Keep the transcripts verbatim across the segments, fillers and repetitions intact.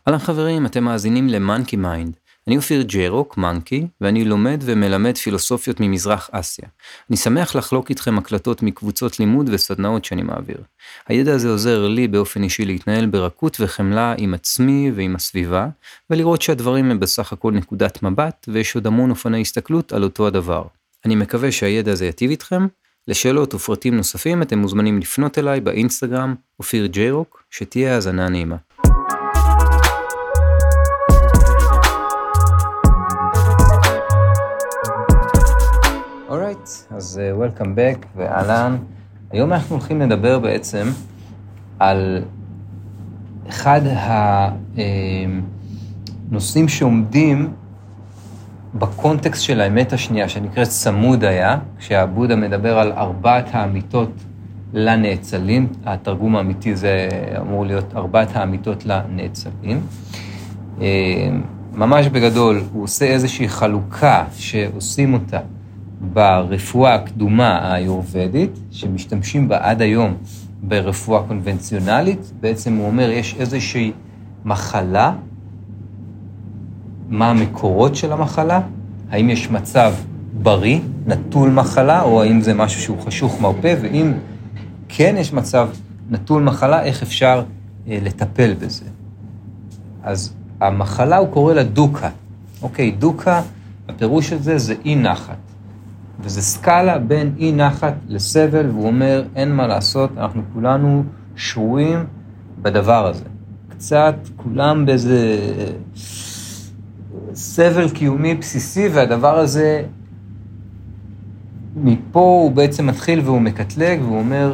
אהלן חברים, אתם מאזינים ל-Monkey Mind. אני אופיר ג'ירוק, מנקי, ואני לומד ומלמד פילוסופיות ממזרח אסיה. אני שמח לחלוק איתכם הקלטות מקבוצות לימוד וסדנאות שאני מעביר. הידע הזה עוזר לי באופן אישי להתנהל ברכות וחמלה עם עצמי ועם הסביבה, ולראות שהדברים הם בסך הכל נקודת מבט, ויש עוד המון אופני הסתכלות על אותו הדבר. אני מקווה שהידע הזה יטיב איתכם. לשאלות ופרטים נוספים אתם מוזמנים לפנות אליי באינסטגרם, אופיר ג'ירוק, שתהיה האזנה נעימה. Alright, אז uh, welcome back ואהלן. היום אנחנו הולכים לדבר בעצם על אחד הנושאים שעומדים בקונטקסט של האמת השנייה, שנקראת סמודיה, כשהבודה מדבר על ארבעת האמיתות לנאצלים. התרגום האמיתי זה אמור להיות ארבעת האמיתות לנאצלים. ממש בגדול, הוא עושה איזושהי חלוקה שעושים אותה ברפואה הקדומה האיורבדית, שמשתמשים בה עד היום ברפואה קונבנציונלית. בעצם הוא אומר, יש איזושהי מחלה, מה המקורות של המחלה, האם יש מצב בריא, נטול מחלה, או האם זה משהו שהוא חשוך מרפא, ואם כן יש מצב נטול מחלה, איך אפשר אה, לטפל בזה. אז המחלה הוא קורא לה דוקה. אוקיי, דוקה, הפירוש של זה זה אי נחת. וזה סקאלה בין אי נחת לסבל, והוא אומר, אין מה לעשות, אנחנו כולנו שרויים בדבר הזה. קצת, כולם באיזה סבל קיומי בסיסי, והדבר הזה, מפה הוא בעצם מתחיל והוא מקטלג, והוא אומר,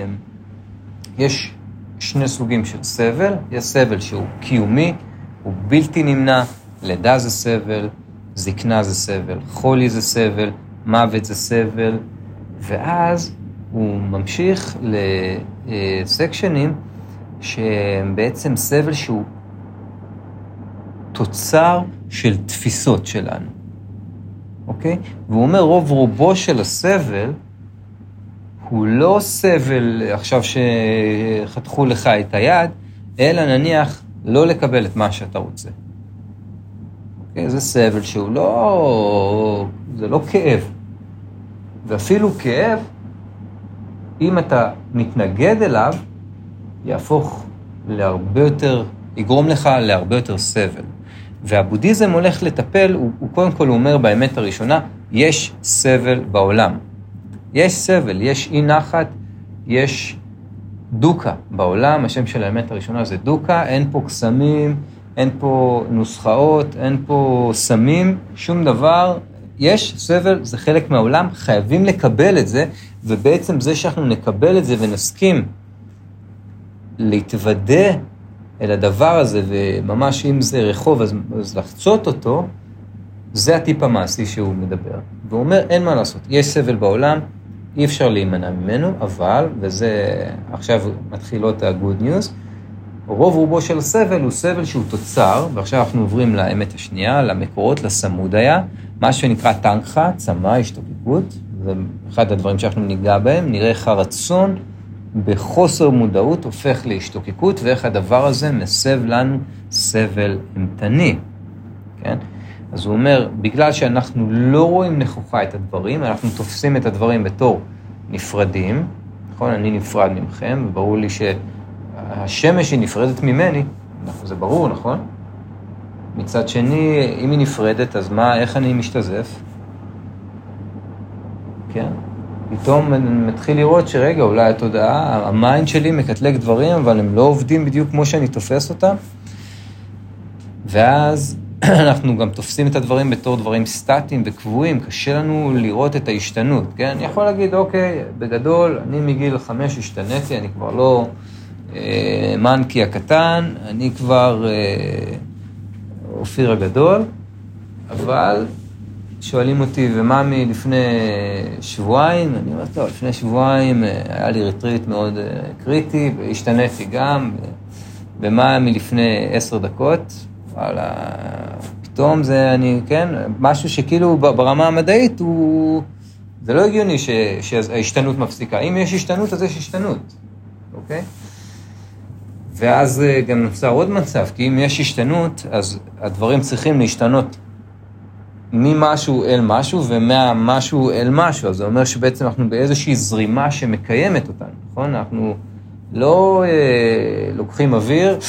יש שני סוגים של סבל, יש סבל שהוא קיומי, הוא בלתי נמנע, לידה זה סבל, זקנה זה סבל, חולי זה סבל, מוות זה סבל, ואז הוא ממשיך לסקשנים שהם בעצם סבל שהוא תוצר של תפיסות שלנו, אוקיי? והוא אומר, רוב רובו של הסבל הוא לא סבל עכשיו שחתכו לך את היד, אלא נניח לא לקבל את מה שאתה רוצה. אוקיי? זה סבל שהוא לא, זה לא כאב. ואפילו כאב, אם אתה מתנגד אליו, יהפוך להרבה יותר, יגרום לך להרבה יותר סבל. והבודהיזם הולך לטפל, הוא, הוא קודם כל אומר באמת הראשונה, יש סבל בעולם. יש סבל, יש אי נחת, יש דוקה בעולם, השם של האמת הראשונה זה דוקה, אין פה קסמים, אין פה נוסחאות, אין פה סמים, שום דבר. יש סבל, זה חלק מהעולם, חייבים לקבל את זה, ובעצם זה שאנחנו נקבל את זה ונסכים להתוודא אל הדבר הזה, וממש אם זה רחוב, אז, אז לחצות אותו, זה הטיפ המעשי שהוא מדבר. והוא אומר, אין מה לעשות, יש סבל בעולם, אי אפשר להימנע ממנו, אבל, וזה עכשיו מתחילות ה-good news, רוב רובו של סבל הוא סבל שהוא תוצר, ועכשיו אנחנו עוברים לאמת השנייה, למקורות, לסמודיה, מה שנקרא טנחה, צמא, השתוקקות, זה אחד הדברים שאנחנו ניגע בהם, נראה איך הרצון בחוסר מודעות הופך להשתוקקות, ואיך הדבר הזה מסב לנו סבל אמתני, כן? אז הוא אומר, בגלל שאנחנו לא רואים נכוחה את הדברים, אנחנו תופסים את הדברים בתור נפרדים, נכון? אני נפרד ממכם, וברור לי שהשמש היא נפרדת ממני, זה ברור, נכון? מצד שני, אם היא נפרדת, אז מה, איך אני משתזף? כן? פתאום מתחיל לראות שרגע, אולי התודעה, המיינד שלי מקטלג דברים, אבל הם לא עובדים בדיוק כמו שאני תופס אותם. ואז אנחנו גם תופסים את הדברים בתור דברים סטטיים וקבועים, קשה לנו לראות את ההשתנות, כן? אני יכול להגיד, אוקיי, בגדול, אני מגיל חמש השתניתי, אני כבר לא אה, מנקי הקטן, אני כבר אה, אופיר הגדול, אבל שואלים אותי, ומה מלפני שבועיים? אני אומר, טוב, לפני שבועיים היה לי ריטריט מאוד קריטי, והשתניתי גם, ומה מלפני עשר דקות? וואלה, פתאום זה, אני, כן, משהו שכאילו ברמה המדעית הוא, זה לא הגיוני ש, שההשתנות מפסיקה. אם יש השתנות, אז יש השתנות, אוקיי? ואז גם נוצר עוד מצב, כי אם יש השתנות, אז הדברים צריכים להשתנות ממשהו אל משהו, ומהמשהו אל משהו. אז זה אומר שבעצם אנחנו באיזושהי זרימה שמקיימת אותנו, נכון? אנחנו לא אה, לוקחים אוויר,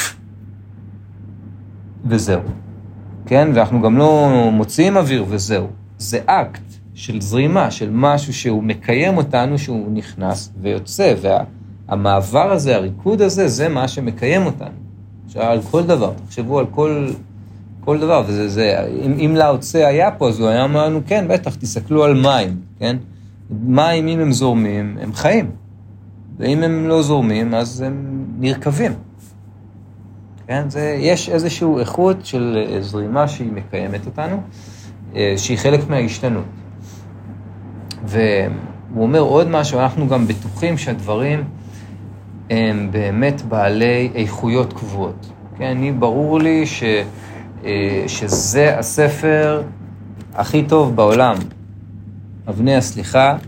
וזהו. כן? ואנחנו גם לא מוציאים אוויר, וזהו. זה אקט של זרימה, של משהו שהוא מקיים אותנו, שהוא נכנס ויוצא, והמעבר הזה, הריקוד הזה, זה מה שמקיים אותנו. עכשיו, על כל דבר, תחשבו על כל... כל דבר, וזה, זה, אם, אם לאוצא היה פה, אז הוא היה אומר לנו, כן, בטח, תסתכלו על מים, כן? מים, אם הם זורמים, הם חיים. ואם הם לא זורמים, אז הם נרכבים. כן? זה, יש איזושהי איכות של זרימה שהיא מקיימת אותנו, שהיא חלק מההשתנות. והוא אומר עוד משהו, אנחנו גם בטוחים שהדברים הם באמת בעלי איכויות קבועות. כן? אני, ברור לי ש... שזה הספר הכי טוב בעולם, אבני הסליחה,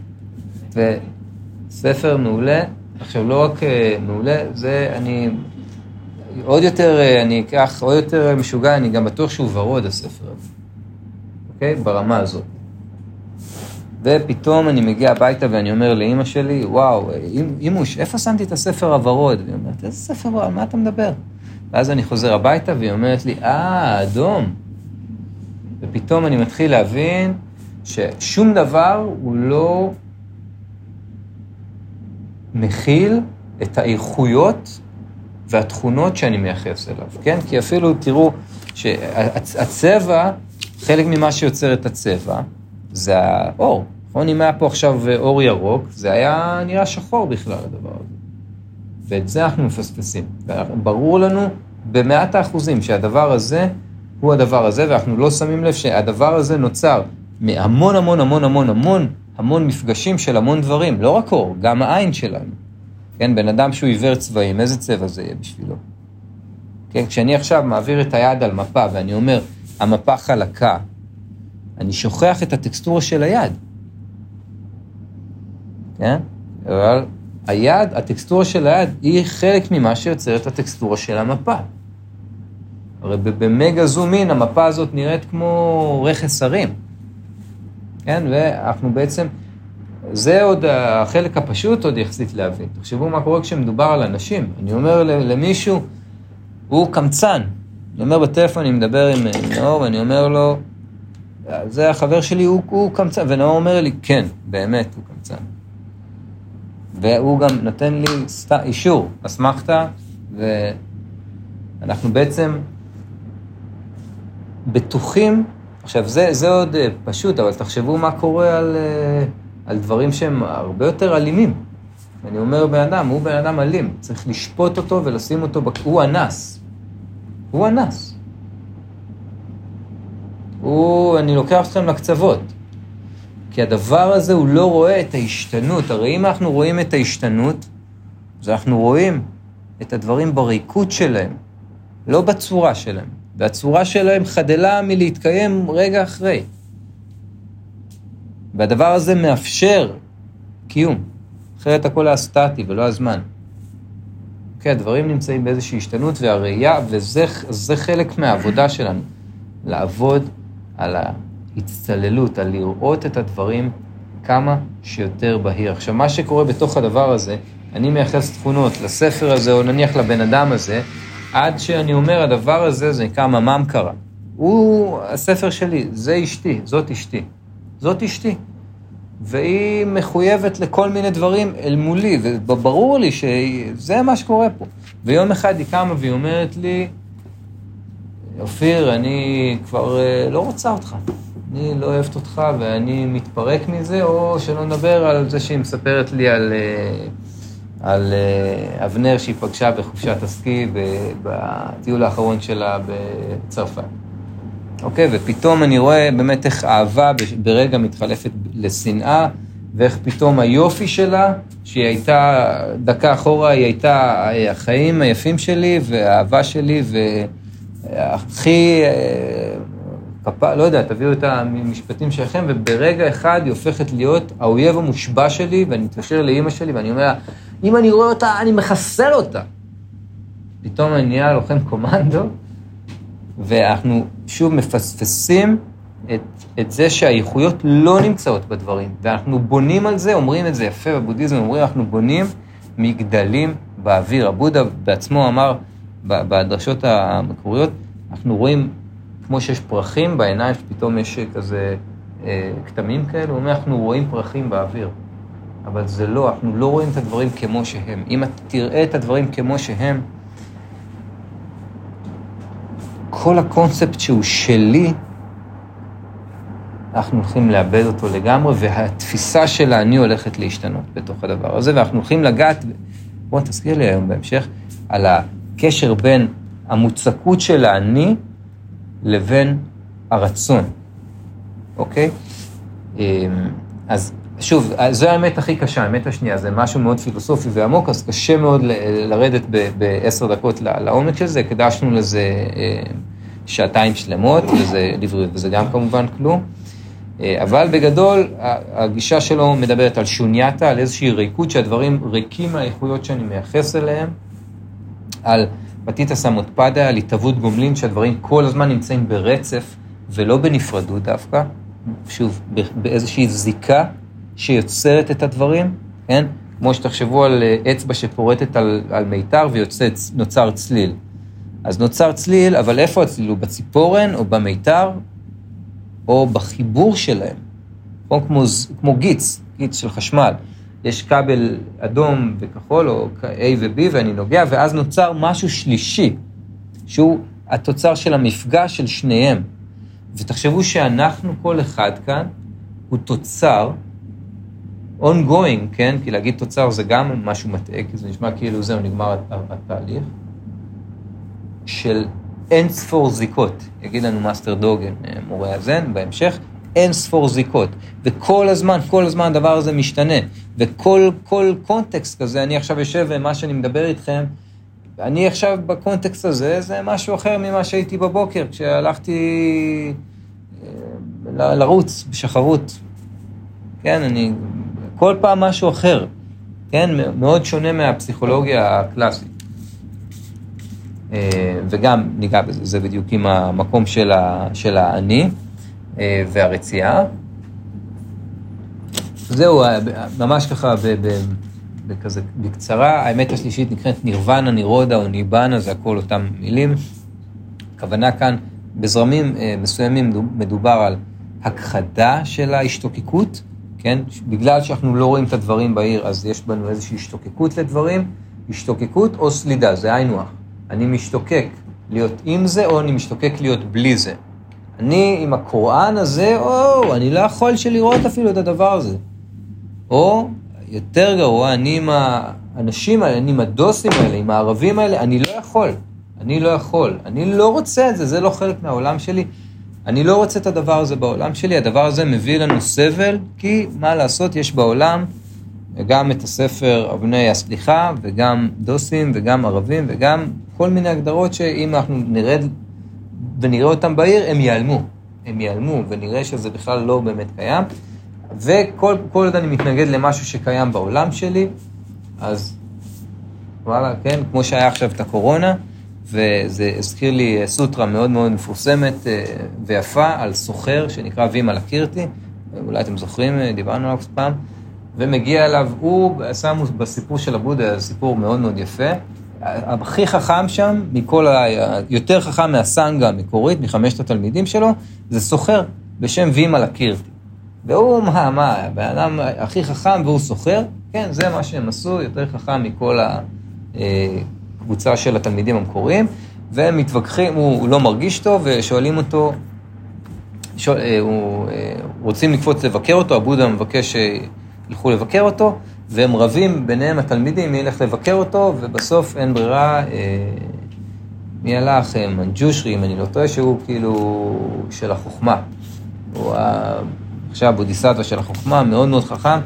וספר מעולה. עכשיו, לא רק מעולה, זה אני עוד יותר, אני אקח עוד יותר משוגע, אני גם בטוח שהוא ורוד הספר הזה, אוקיי? ברמה הזאת. ופתאום אני מגיע הביתה ואני אומר לאמא שלי, וואו, אמוש, איפה שמתי את הספר הוורוד? והיא אומרת, איזה ספר ורוד, מה אתה מדבר? ואז אני חוזר הביתה והיא אומרת לי, אה, אדום. ופתאום אני מתחיל להבין ששום דבר הוא לא מכיל את האיכויות והתכונות שאני מייחס אליו, כן? כי אפילו תראו שהצבע, חלק ממה שיוצר את הצבע, זה האור. נכון? אם היה פה עכשיו אור ירוק, זה היה נראה שחור בכלל הדבר הזה. ואת זה אנחנו מפספסים. ברור לנו במאת האחוזים שהדבר הזה הוא הדבר הזה, ואנחנו לא שמים לב שהדבר הזה נוצר מהמון המון המון המון המון המון מפגשים של המון דברים, לא רק אור, גם העין שלנו. כן, בן אדם שהוא עיוור צבעים, איזה צבע זה יהיה בשבילו? כן, כשאני עכשיו מעביר את היד על מפה ואני אומר, המפה חלקה, אני שוכח את הטקסטורה של היד. כן? אבל היד, הטקסטורה של היד, היא חלק ממה שיוצר את הטקסטורה של המפה. הרי במגה זום אין, המפה הזאת נראית כמו רכס הרים. כן? ואנחנו בעצם, זה עוד החלק הפשוט עוד יחסית להבין. תחשבו מה קורה כשמדובר על אנשים. אני אומר למישהו, הוא קמצן. אני אומר בטלפון, אני מדבר עם נאור, ואני אומר לו, זה החבר שלי, הוא, הוא קמצן. ונאור אומר לי, כן, באמת, הוא קמצן. והוא גם נותן לי אישור, אסמכתה, ואנחנו בעצם בטוחים, עכשיו זה, זה עוד פשוט, אבל תחשבו מה קורה על, על דברים שהם הרבה יותר אלימים. אני אומר בן אדם, הוא בן אדם אלים, צריך לשפוט אותו ולשים אותו, בק... הוא אנס. הוא אנס. הוא, אני לוקח אתכם לקצוות. כי הדבר הזה הוא לא רואה את ההשתנות. הרי אם אנחנו רואים את ההשתנות, אז אנחנו רואים את הדברים בריקות שלהם, לא בצורה שלהם. והצורה שלהם חדלה מלהתקיים רגע אחרי. והדבר הזה מאפשר קיום. אחרת הכל הסטטי ולא הזמן. אוקיי, הדברים נמצאים באיזושהי השתנות והראייה, וזה זה חלק מהעבודה שלנו. לעבוד על ההצטללות, על לראות את הדברים כמה שיותר בהיר. עכשיו, מה שקורה בתוך הדבר הזה, אני מייחס תכונות לספר הזה, או נניח לבן אדם הזה, עד שאני אומר, הדבר הזה, זה נקרא ממם קרה. הוא, הספר שלי, זה אשתי, זאת אשתי. זאת אשתי. והיא מחויבת לכל מיני דברים אל מולי, וברור לי שזה מה שקורה פה. ויום אחד היא קמה והיא אומרת לי, אופיר, אני כבר לא רוצה אותך. אני לא אוהבת אותך ואני מתפרק מזה, או שלא נדבר על זה שהיא מספרת לי על, על אבנר שהיא פגשה בחופשת הסקי בטיול האחרון שלה בצרפת. אוקיי, ופתאום אני רואה באמת איך אהבה ברגע מתחלפת לשנאה, ואיך פתאום היופי שלה, שהיא הייתה דקה אחורה, היא הייתה החיים היפים שלי והאהבה שלי, והכי, קפה, לא יודע, תביאו את המשפטים שלכם, וברגע אחד היא הופכת להיות האויב המושבע שלי, ואני מתקשר לאמא שלי ואני אומר לה, אם אני רואה אותה, אני מחסל אותה. פתאום אני נהיה לוחם קומנדו, ואנחנו שוב מפספסים את, את זה שהאיכויות לא נמצאות בדברים, ואנחנו בונים על זה, אומרים את זה יפה בבודהיזם, אומרים אנחנו בונים מגדלים באוויר. הבודה בעצמו אמר בדרשות המקוריות, אנחנו רואים כמו שיש פרחים בעיניים, שפתאום יש כזה אה, כתמים כאלו, הוא אומר אנחנו רואים פרחים באוויר, אבל זה לא, אנחנו לא רואים את הדברים כמו שהם. אם אתה תראה את הדברים כמו שהם, כל הקונספט שהוא שלי, אנחנו הולכים לאבד אותו לגמרי, והתפיסה של אני הולכת להשתנות בתוך הדבר הזה, ואנחנו הולכים לגעת, בואו תזכיר לי היום בהמשך, על הקשר בין המוצקות של האני, לבין הרצון, אוקיי? אז שוב, זו האמת הכי קשה, האמת השנייה, זה משהו מאוד פילוסופי ועמוק, אז קשה מאוד לרדת בעשר דקות לעומק של זה, הקדשנו לזה שעתיים שלמות, וזה, וזה גם כמובן כלום, אבל בגדול, הגישה שלו מדברת על שונייתה, על איזושהי ריקות, שהדברים ריקים מהאיכויות שאני מייחס אליהם, על פתיתא סמותפדה, על התהוות גומלין, שהדברים כל הזמן נמצאים ברצף, ולא בנפרדות דווקא, שוב, באיזושהי זיקה שיוצרת את הדברים, כן? כמו שתחשבו על אצבע שפורטת על, על מיתר ונוצר צליל. אז נוצר צליל, אבל איפה הצליל? הוא בציפורן או במיתר, או בחיבור שלהם, כמו, כמו, כמו גיץ, גיץ של חשמל. יש כבל אדום וכחול, או A ו-B, ואני נוגע, ואז נוצר משהו שלישי, שהוא התוצר של המפגש של שניהם. ותחשבו שאנחנו, כל אחד כאן, הוא תוצר, ongoing, כן? כי להגיד תוצר זה גם משהו מטעה, כי זה נשמע כאילו זהו, נגמר התהליך, של אין ספור זיקות. יגיד לנו מאסטר דוגן, מורה הזן, בהמשך, אין ספור זיקות. וכל הזמן, כל הזמן הדבר הזה משתנה. וכל כל קונטקסט כזה, אני עכשיו יושב ומה שאני מדבר איתכם, אני עכשיו בקונטקסט הזה, זה משהו אחר ממה שהייתי בבוקר, כשהלכתי ל- לרוץ בשחרות. כן, אני, כל פעם משהו אחר. כן, מאוד שונה מהפסיכולוגיה הקלאסית. וגם ניגע בזה, זה בדיוק עם המקום של, ה, של האני והרצייה. זהו, ממש ככה ב, ב, בכזה, בקצרה, האמת השלישית נקראת נירוונה, נירודה או ניבנה, זה הכל אותם מילים. הכוונה כאן, בזרמים מסוימים מדובר על הכחדה של ההשתוקקות, כן? בגלל שאנחנו לא רואים את הדברים בעיר, אז יש בנו איזושהי השתוקקות לדברים, השתוקקות או סלידה, זה היינו הך. אני משתוקק להיות עם זה, או אני משתוקק להיות בלי זה. אני עם הקוראן הזה, או, אני לא יכול שלראות אפילו את הדבר הזה. או, יותר גרוע, אני עם האנשים האלה, אני עם הדוסים האלה, עם הערבים האלה, אני לא יכול. אני לא יכול. אני לא רוצה את זה, זה לא חלק מהעולם שלי. אני לא רוצה את הדבר הזה בעולם שלי. הדבר הזה מביא לנו סבל, כי מה לעשות, יש בעולם גם את הספר אבני הסליחה, וגם דוסים, וגם ערבים, וגם כל מיני הגדרות שאם אנחנו נרד ונראה אותם בעיר, הם ייעלמו. הם ייעלמו, ונראה שזה בכלל לא באמת קיים. וכל כל עוד אני מתנגד למשהו שקיים בעולם שלי, אז וואלה, כן, כמו שהיה עכשיו את הקורונה, וזה הזכיר לי סוטרה מאוד מאוד מפורסמת ויפה על סוחר שנקרא וימלה קירתי, אולי אתם זוכרים, דיברנו עליו פעם, ומגיע אליו, הוא שמו בסיפור של הבודה, סיפור מאוד מאוד יפה, הכי חכם שם, מכל ה... יותר חכם מהסנגה המקורית, מחמשת התלמידים שלו, זה סוחר בשם וימלה קירתי. והוא, מה, מה, האדם הכי חכם והוא סוחר, כן, זה מה שהם עשו, יותר חכם מכל הקבוצה של התלמידים המקוריים, והם מתווכחים, הוא, הוא לא מרגיש טוב, ושואלים אותו, שואל, הוא, רוצים לקפוץ לבקר אותו, הבודה מבקש שילכו לבקר אותו, והם רבים ביניהם התלמידים, מי ילך לבקר אותו, ובסוף אין ברירה, מי הלך, מנג'ושרי, אם אני לא טועה, שהוא כאילו של החוכמה. הוא עכשיו בודיסטווה של החוכמה, מאוד מאוד חכם,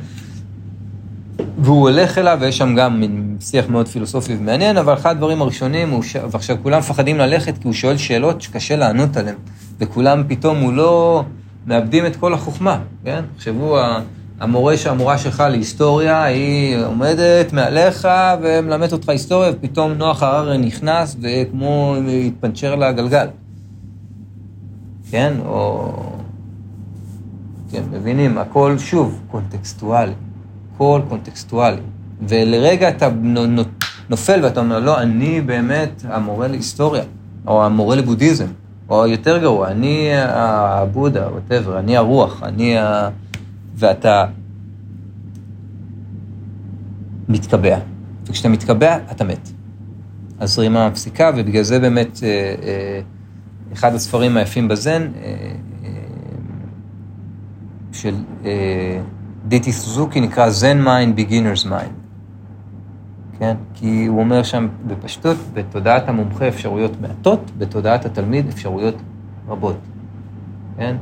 והוא הולך אליו, ויש שם גם מין שיח מאוד פילוסופי ומעניין, אבל אחד הדברים הראשונים, הוא ש... ועכשיו כולם מפחדים ללכת, כי הוא שואל שאלות שקשה לענות עליהן, וכולם פתאום הוא לא מאבדים את כל החוכמה, כן? חשבו, המורה שהמורה שלך להיסטוריה, היא עומדת מעליך ומלמדת אותך היסטוריה, ופתאום נוח הררי נכנס וכמו התפנצ'ר לה גלגל. כן? או... כן, מבינים, הכל שוב קונטקסטואלי. הכל קונטקסטואלי. ולרגע אתה נופל ואתה אומר, לא, אני באמת המורה להיסטוריה, או המורה לבודהיזם, או יותר גרוע, אני הבודה, whatever, אני הרוח, אני ה... ואתה מתקבע. וכשאתה מתקבע, אתה מת. הזרימה מפסיקה, ובגלל זה באמת אחד הספרים היפים בזן, של דיטי סוזוקי, נקרא Zen Mind, Beginner's Mind. כן? כי הוא אומר שם בפשטות, בתודעת המומחה אפשרויות מעטות, בתודעת התלמיד אפשרויות רבות. כן?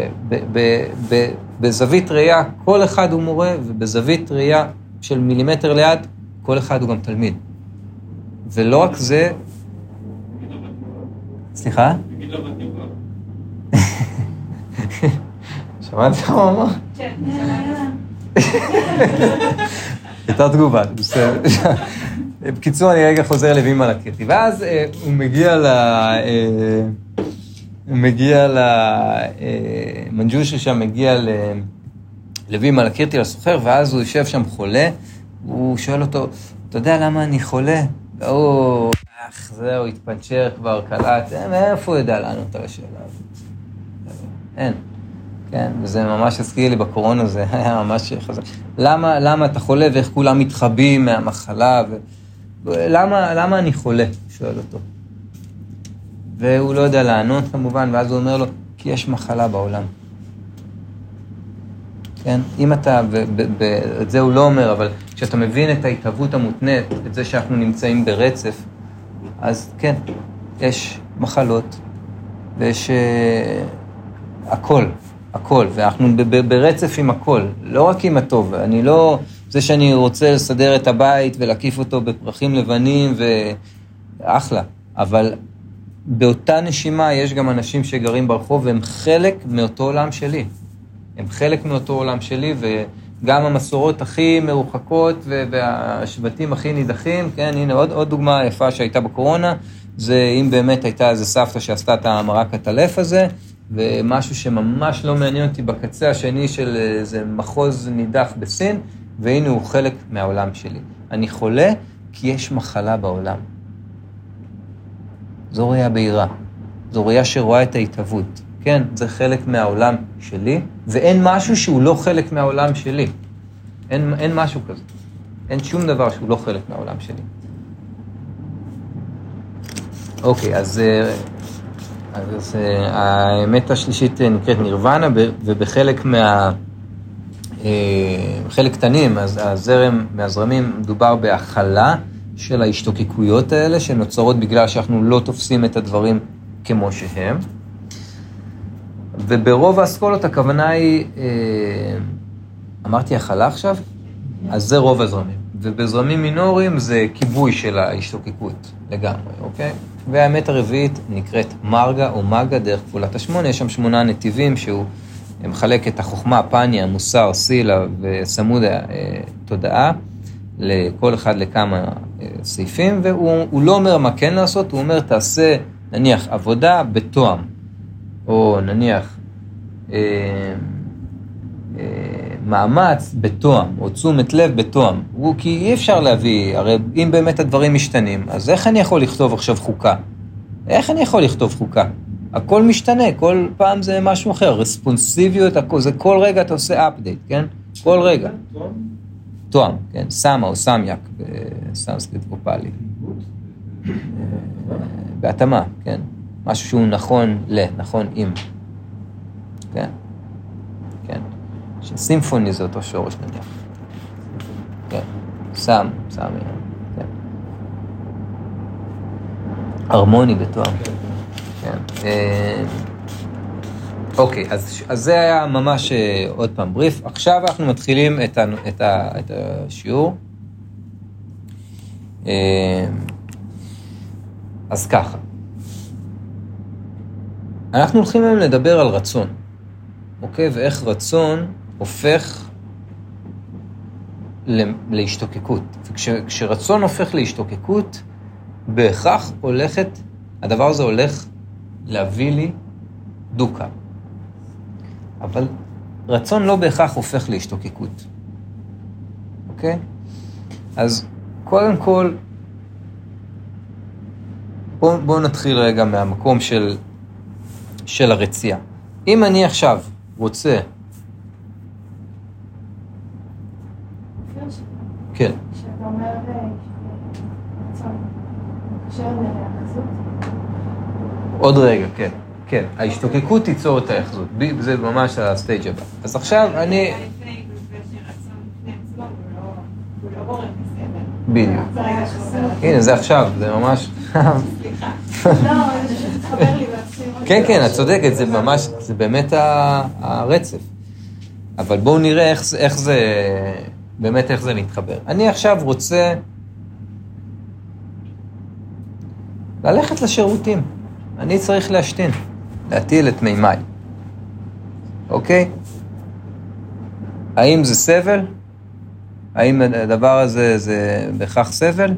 ובזווית ראייה, כל אחד הוא מורה, ובזווית ראייה של מילימטר ליד, כל אחד הוא גם תלמיד. ולא רק זה... סליחה? תגיד לו בתגובה. שמעת מה הוא אמר? כן, יאללה. הייתה תגובה, בסדר. בקיצור, אני רגע חוזר לוים על הקרטי, ואז הוא מגיע ל... הוא מגיע למנג'ושי שם, מגיע לוים על הקרטי, לסוחר, ואז הוא יושב שם חולה, הוא שואל אותו, אתה יודע למה אני חולה? והוא, אך, זהו, התפנצ'ר כבר, קלט, מאיפה הוא יודע לענות על השאלה הזאת? אין. כן, וזה ממש הזכיר לי בקורונה, זה היה ממש חזק. למה, למה אתה חולה ואיך כולם מתחבאים מהמחלה? ו... למה, למה אני חולה? שואל אותו. והוא לא יודע לענות כמובן, ואז הוא אומר לו, כי יש מחלה בעולם. כן, אם אתה, ואת זה הוא לא אומר, אבל כשאתה מבין את ההתהוות המותנית, את זה שאנחנו נמצאים ברצף, אז כן, יש מחלות, ויש uh, הכל. הכל, ואנחנו ברצף עם הכל, לא רק עם הטוב, אני לא, זה שאני רוצה לסדר את הבית ולהקיף אותו בפרחים לבנים ואחלה, אבל באותה נשימה יש גם אנשים שגרים ברחוב והם חלק מאותו עולם שלי, הם חלק מאותו עולם שלי וגם המסורות הכי מרוחקות והשבטים הכי נידחים, כן, הנה עוד, עוד דוגמה יפה שהייתה בקורונה, זה אם באמת הייתה איזה סבתא שעשתה את המרק הטלף הזה, ומשהו שממש לא מעניין אותי בקצה השני של איזה מחוז נידח בסין, והנה הוא חלק מהעולם שלי. אני חולה כי יש מחלה בעולם. זו ראייה בהירה. זו ראייה שרואה את ההתהוות. כן, זה חלק מהעולם שלי, ואין משהו שהוא לא חלק מהעולם שלי. אין, אין משהו כזה. אין שום דבר שהוא לא חלק מהעולם שלי. אוקיי, אז... אז האמת השלישית נקראת נירוונה, ובחלק מה... חלק קטנים, אז הזרם מהזרמים מדובר בהכלה של ההשתוקקויות האלה, שנוצרות בגלל שאנחנו לא תופסים את הדברים כמו שהם. וברוב האסכולות הכוונה היא, אמרתי הכלה עכשיו? אז זה רוב הזרמים. ובזרמים מינוריים זה כיבוי של ההשתוקקות לגמרי, אוקיי? והאמת הרביעית נקראת מרגה או מגה דרך כפולת השמונה, יש שם שמונה נתיבים שהוא מחלק את החוכמה, פניה, מוסר, סילה וסמודה תודעה, לכל אחד לכמה סעיפים, והוא לא אומר מה כן לעשות, הוא אומר תעשה נניח עבודה בתואם, או נניח אה, אה, מאמץ בתואם, או תשומת לב בתואם, הוא כי אי אפשר להביא, הרי אם באמת הדברים משתנים, אז איך אני יכול לכתוב עכשיו חוקה? איך אני יכול לכתוב חוקה? הכל משתנה, כל פעם זה משהו אחר, רספונסיביות, הכל, זה כל רגע אתה עושה אפדייט, כן? כל רגע. תואם, כן, סמה או סמיאק, בסנסקריט וופלי. בהתאמה, כן. משהו שהוא נכון ל, נכון עם. כן, כן. שסימפוני זה אותו שורש נניח. כן, סם, סמי, כן. הרמוני בתואם. כן. אוקיי, אז, אז זה היה ממש עוד פעם בריף. עכשיו אנחנו מתחילים את, ה, את, ה, את השיעור. אז ככה. אנחנו הולכים היום לדבר על רצון, אוקיי? ואיך רצון הופך להשתוקקות. וכשרצון הופך להשתוקקות, בהכרח הולכת, הדבר הזה הולך להביא לי דוקה. אבל רצון לא בהכרח הופך להשתוקקות. אוקיי? אז קודם כל, בואו בוא נתחיל רגע מהמקום של, של הרצייה. אם אני עכשיו רוצה... כן. כשאתה אומר רצון, קשר להאחזות? עוד רגע, כן. כן, ההשתוקקות תיצור את ההאחזות. זה ממש הסטייג' הבא. אז עכשיו אני... בדיוק. הנה, זה עכשיו, זה ממש... סליחה. לא, זה שתתחבר לי בעצמי. כן, כן, את צודקת, זה ממש, זה באמת הרצף. אבל בואו נראה איך זה, באמת איך זה מתחבר. אני עכשיו רוצה ללכת לשירותים. אני צריך להשתין, להטיל את מימיי. אוקיי? האם זה סבל? האם הדבר הזה זה בהכרח סבל?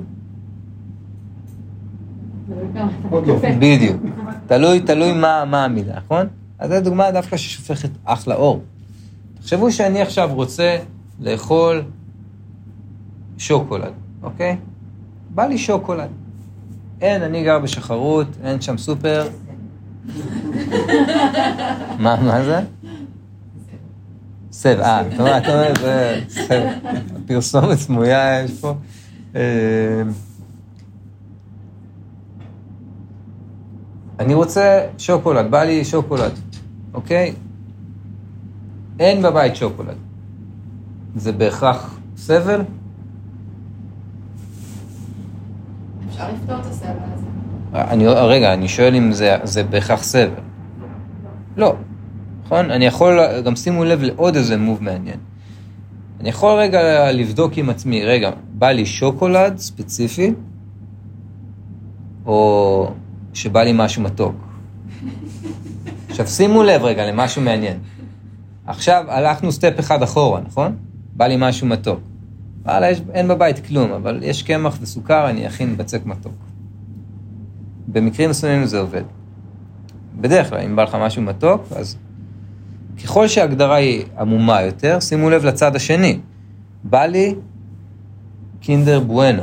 בדיוק. תלוי, תלוי מה, מה המילה, נכון? אז זו דוגמה דווקא ששופכת אחלה אור. תחשבו שאני עכשיו רוצה לאכול שוקולד, אוקיי? בא לי שוקולד. אין, אני גר בשחרות, אין שם סופר. מה, מה זה? סב, אה, אתה אומר, אתה אומר, זה סב. הפרסומת סמויה יש פה. אני רוצה שוקולד, בא לי שוקולד, אוקיי? אין בבית שוקולד. זה בהכרח סבל? אפשר לפתור את הסבל הזה. אני, רגע, אני שואל אם זה, זה בהכרח סבל. לא. נכון? אני יכול, גם שימו לב לעוד איזה מוב מעניין. אני יכול רגע לבדוק עם עצמי, רגע, בא לי שוקולד ספציפי, או שבא לי משהו מתוק. עכשיו, שימו לב רגע למשהו מעניין. עכשיו, הלכנו סטפ אחד אחורה, נכון? בא לי משהו מתוק. וואלה, יש, אין בבית כלום, אבל יש קמח וסוכר, אני אכין בצק מתוק. במקרים מסוימים זה עובד. בדרך כלל, אם בא לך משהו מתוק, אז ככל שההגדרה היא עמומה יותר, שימו לב לצד השני. בא לי קינדר בואנו.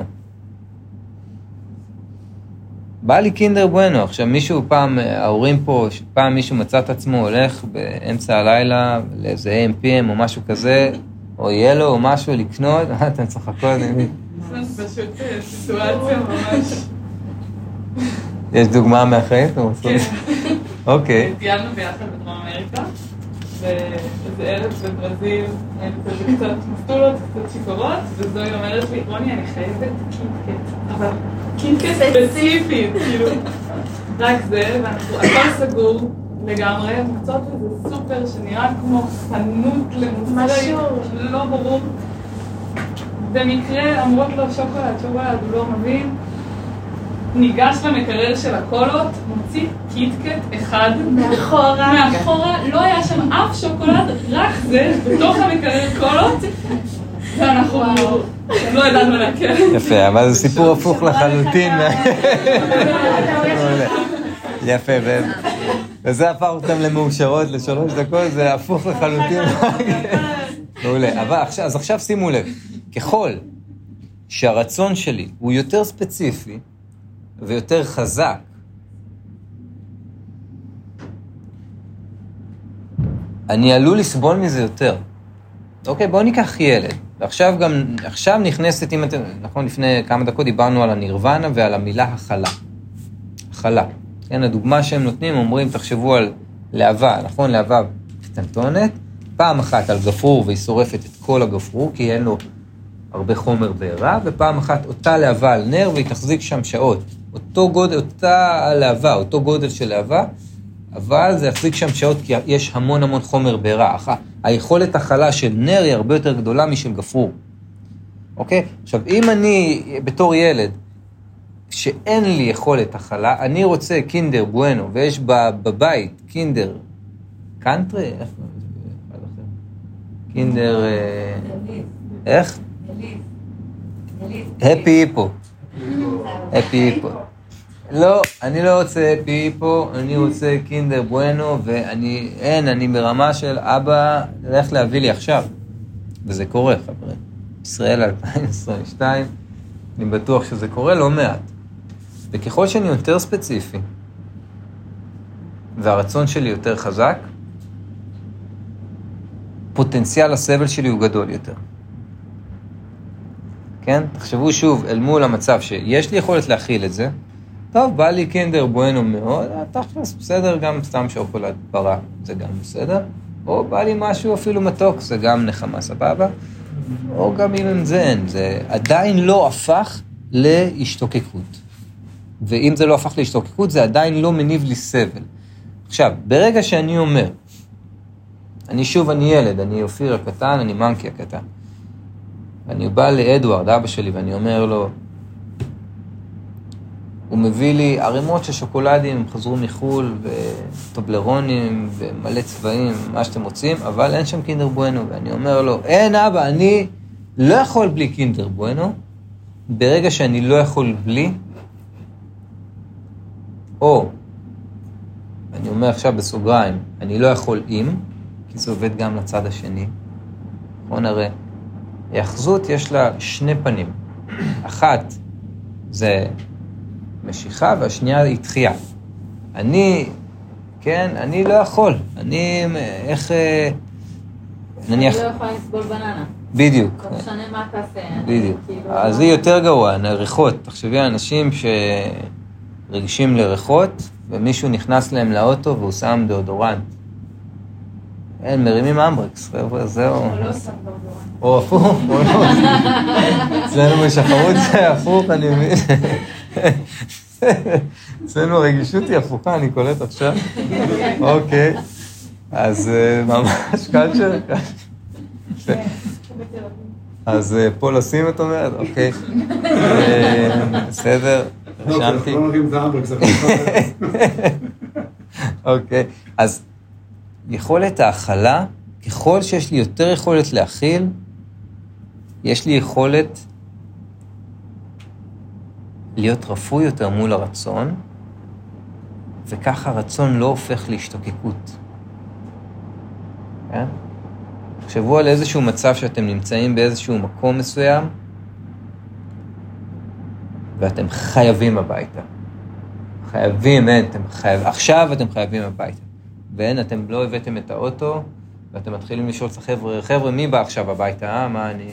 בא לי קינדר בואנו. עכשיו מישהו פעם, ההורים פה, פעם מישהו מצא את עצמו, הולך באמצע הלילה לאיזה איי אם פי אם או משהו כזה, או ילו או משהו לקנות, אתם צוחקות, אני... זה פשוט סיטואציה ממש... יש דוגמה מהחיים? כן. אוקיי. טיילנו ביחד בדרום אמריקה, ואיזה ערב בברזיל, היינו כזה קצת מסטולות, קצת שיקורות, וזוהי אומרת לי, רוני, אני חייבת קיטקט, אבל קיטקט ספציפית, כאילו, רק זה, ואנחנו, הכל סגור לגמרי, מקצות איזה סופר שנראה כמו חנות למוצרי, לא ברור. במקרה אמרות לו שוקולד, שוקולד, הוא לא מבין, ניגש למקרר של הקולות, מוציא קיטקט אחד מאחורה, מאחורה, לא היה שם אף שוקולד, רק זה, בתוך המקרר קולות, ואנחנו לא ידענו להכר. יפה, אבל זה סיפור הפוך לחלוטין. יפה, וזה הפך אותם למאושרות לשלוש דקות, זה הפוך לחלוטין. מעולה, אבל אז עכשיו שימו לב, ככל שהרצון שלי הוא יותר ספציפי, ויותר חזק. אני עלול לסבול מזה יותר. אוקיי, בואו ניקח ילד. ועכשיו גם, עכשיו נכנסת, אם אתם, נכון, לפני כמה דקות דיברנו על הנירוונה ועל המילה החלה. החלה. כן, הדוגמה שהם נותנים, אומרים, תחשבו על להבה, נכון, להבה קטנטונת, פעם אחת על גפרור והיא שורפת את כל הגפרור, כי אין לו הרבה חומר בעירה, ופעם אחת אותה להבה על נר והיא תחזיק שם שעות. אותו גודל, אותה להבה, אותו גודל של להבה, אבל זה יחזיק שם שעות כי יש המון המון חומר בעירה. היכולת החלה של נר היא הרבה יותר גדולה משל גפרור. אוקיי? עכשיו, אם אני בתור ילד, שאין לי יכולת החלה, אני רוצה קינדר בואנו, ויש בבית קינדר קנטרי, איך? קינדר... איך? הפי היפו. הפי היפו. לא, אני לא רוצה הפי היפו, אני רוצה קינדר בואנו, ואני, אין, אני ברמה של אבא, לך להביא לי עכשיו. וזה קורה, חברים. ישראל אלפיים עשרים ושתיים, אני בטוח שזה קורה לא מעט. וככל שאני יותר ספציפי, והרצון שלי יותר חזק, פוטנציאל הסבל שלי הוא גדול יותר. כן? תחשבו שוב אל מול המצב שיש לי יכולת להכיל את זה, טוב, בא לי קינדר בואנו מאוד, תכלס, בסדר, גם סתם שוקולד ברק, זה גם בסדר, או בא לי משהו אפילו מתוק, זה גם נחמה סבבה, או גם אם אין זה אין, זה עדיין לא הפך להשתוקקות. ואם זה לא הפך להשתוקקות, זה עדיין לא מניב לי סבל. עכשיו, ברגע שאני אומר, אני שוב, אני ילד, אני אופיר הקטן, אני מנקי הקטן. אני בא לאדוארד, אבא שלי, ואני אומר לו, הוא מביא לי ערימות של שוקולדים, הם חזרו מחול, וטובלרונים, ומלא צבעים, מה שאתם רוצים, אבל אין שם קינדר בואנו, ואני אומר לו, אין אבא, אני לא יכול בלי קינדר בואנו, ברגע שאני לא יכול בלי, או, אני אומר עכשיו בסוגריים, אני לא יכול עם, כי זה עובד גם לצד השני. בוא נראה. היאחזות יש לה שני פנים. אחת זה משיכה, והשנייה היא דחייה. אני, כן, אני לא יכול. אני, איך, נניח... אני לא יכולה לסבול בננה. בדיוק. לא משנה מה תעשה. בדיוק. אז היא יותר גרוע, ריחות. תחשבי, אנשים שרגישים לריחות, ומישהו נכנס להם לאוטו והוא שם דאודורנט. אין, מרימים אמברקס, חבר'ה, זהו. או לא שם דאודורנט. או הפוך, או לא. אצלנו בשחרות זה הפוך, אני מבין. אצלנו הרגישות היא הפוכה, אני קולט עכשיו. אוקיי, אז ממש קלצ'ר. אז פה לשים את אומרת, אוקיי. בסדר, רשמתי. לא נראים את האמברקס. אוקיי, אז יכולת האכלה, ככל שיש לי יותר יכולת להכיל, יש לי יכולת להיות רפוי יותר מול הרצון, וככה הרצון לא הופך להשתוקקות. כן? תחשבו על איזשהו מצב שאתם נמצאים באיזשהו מקום מסוים, ואתם חייבים הביתה. חייבים, אין, אתם חייב, עכשיו אתם חייבים הביתה. ואין, אתם לא הבאתם את האוטו, ואתם מתחילים לשאול את החבר'ה, חבר'ה, מי בא עכשיו הביתה? אה, מה אני...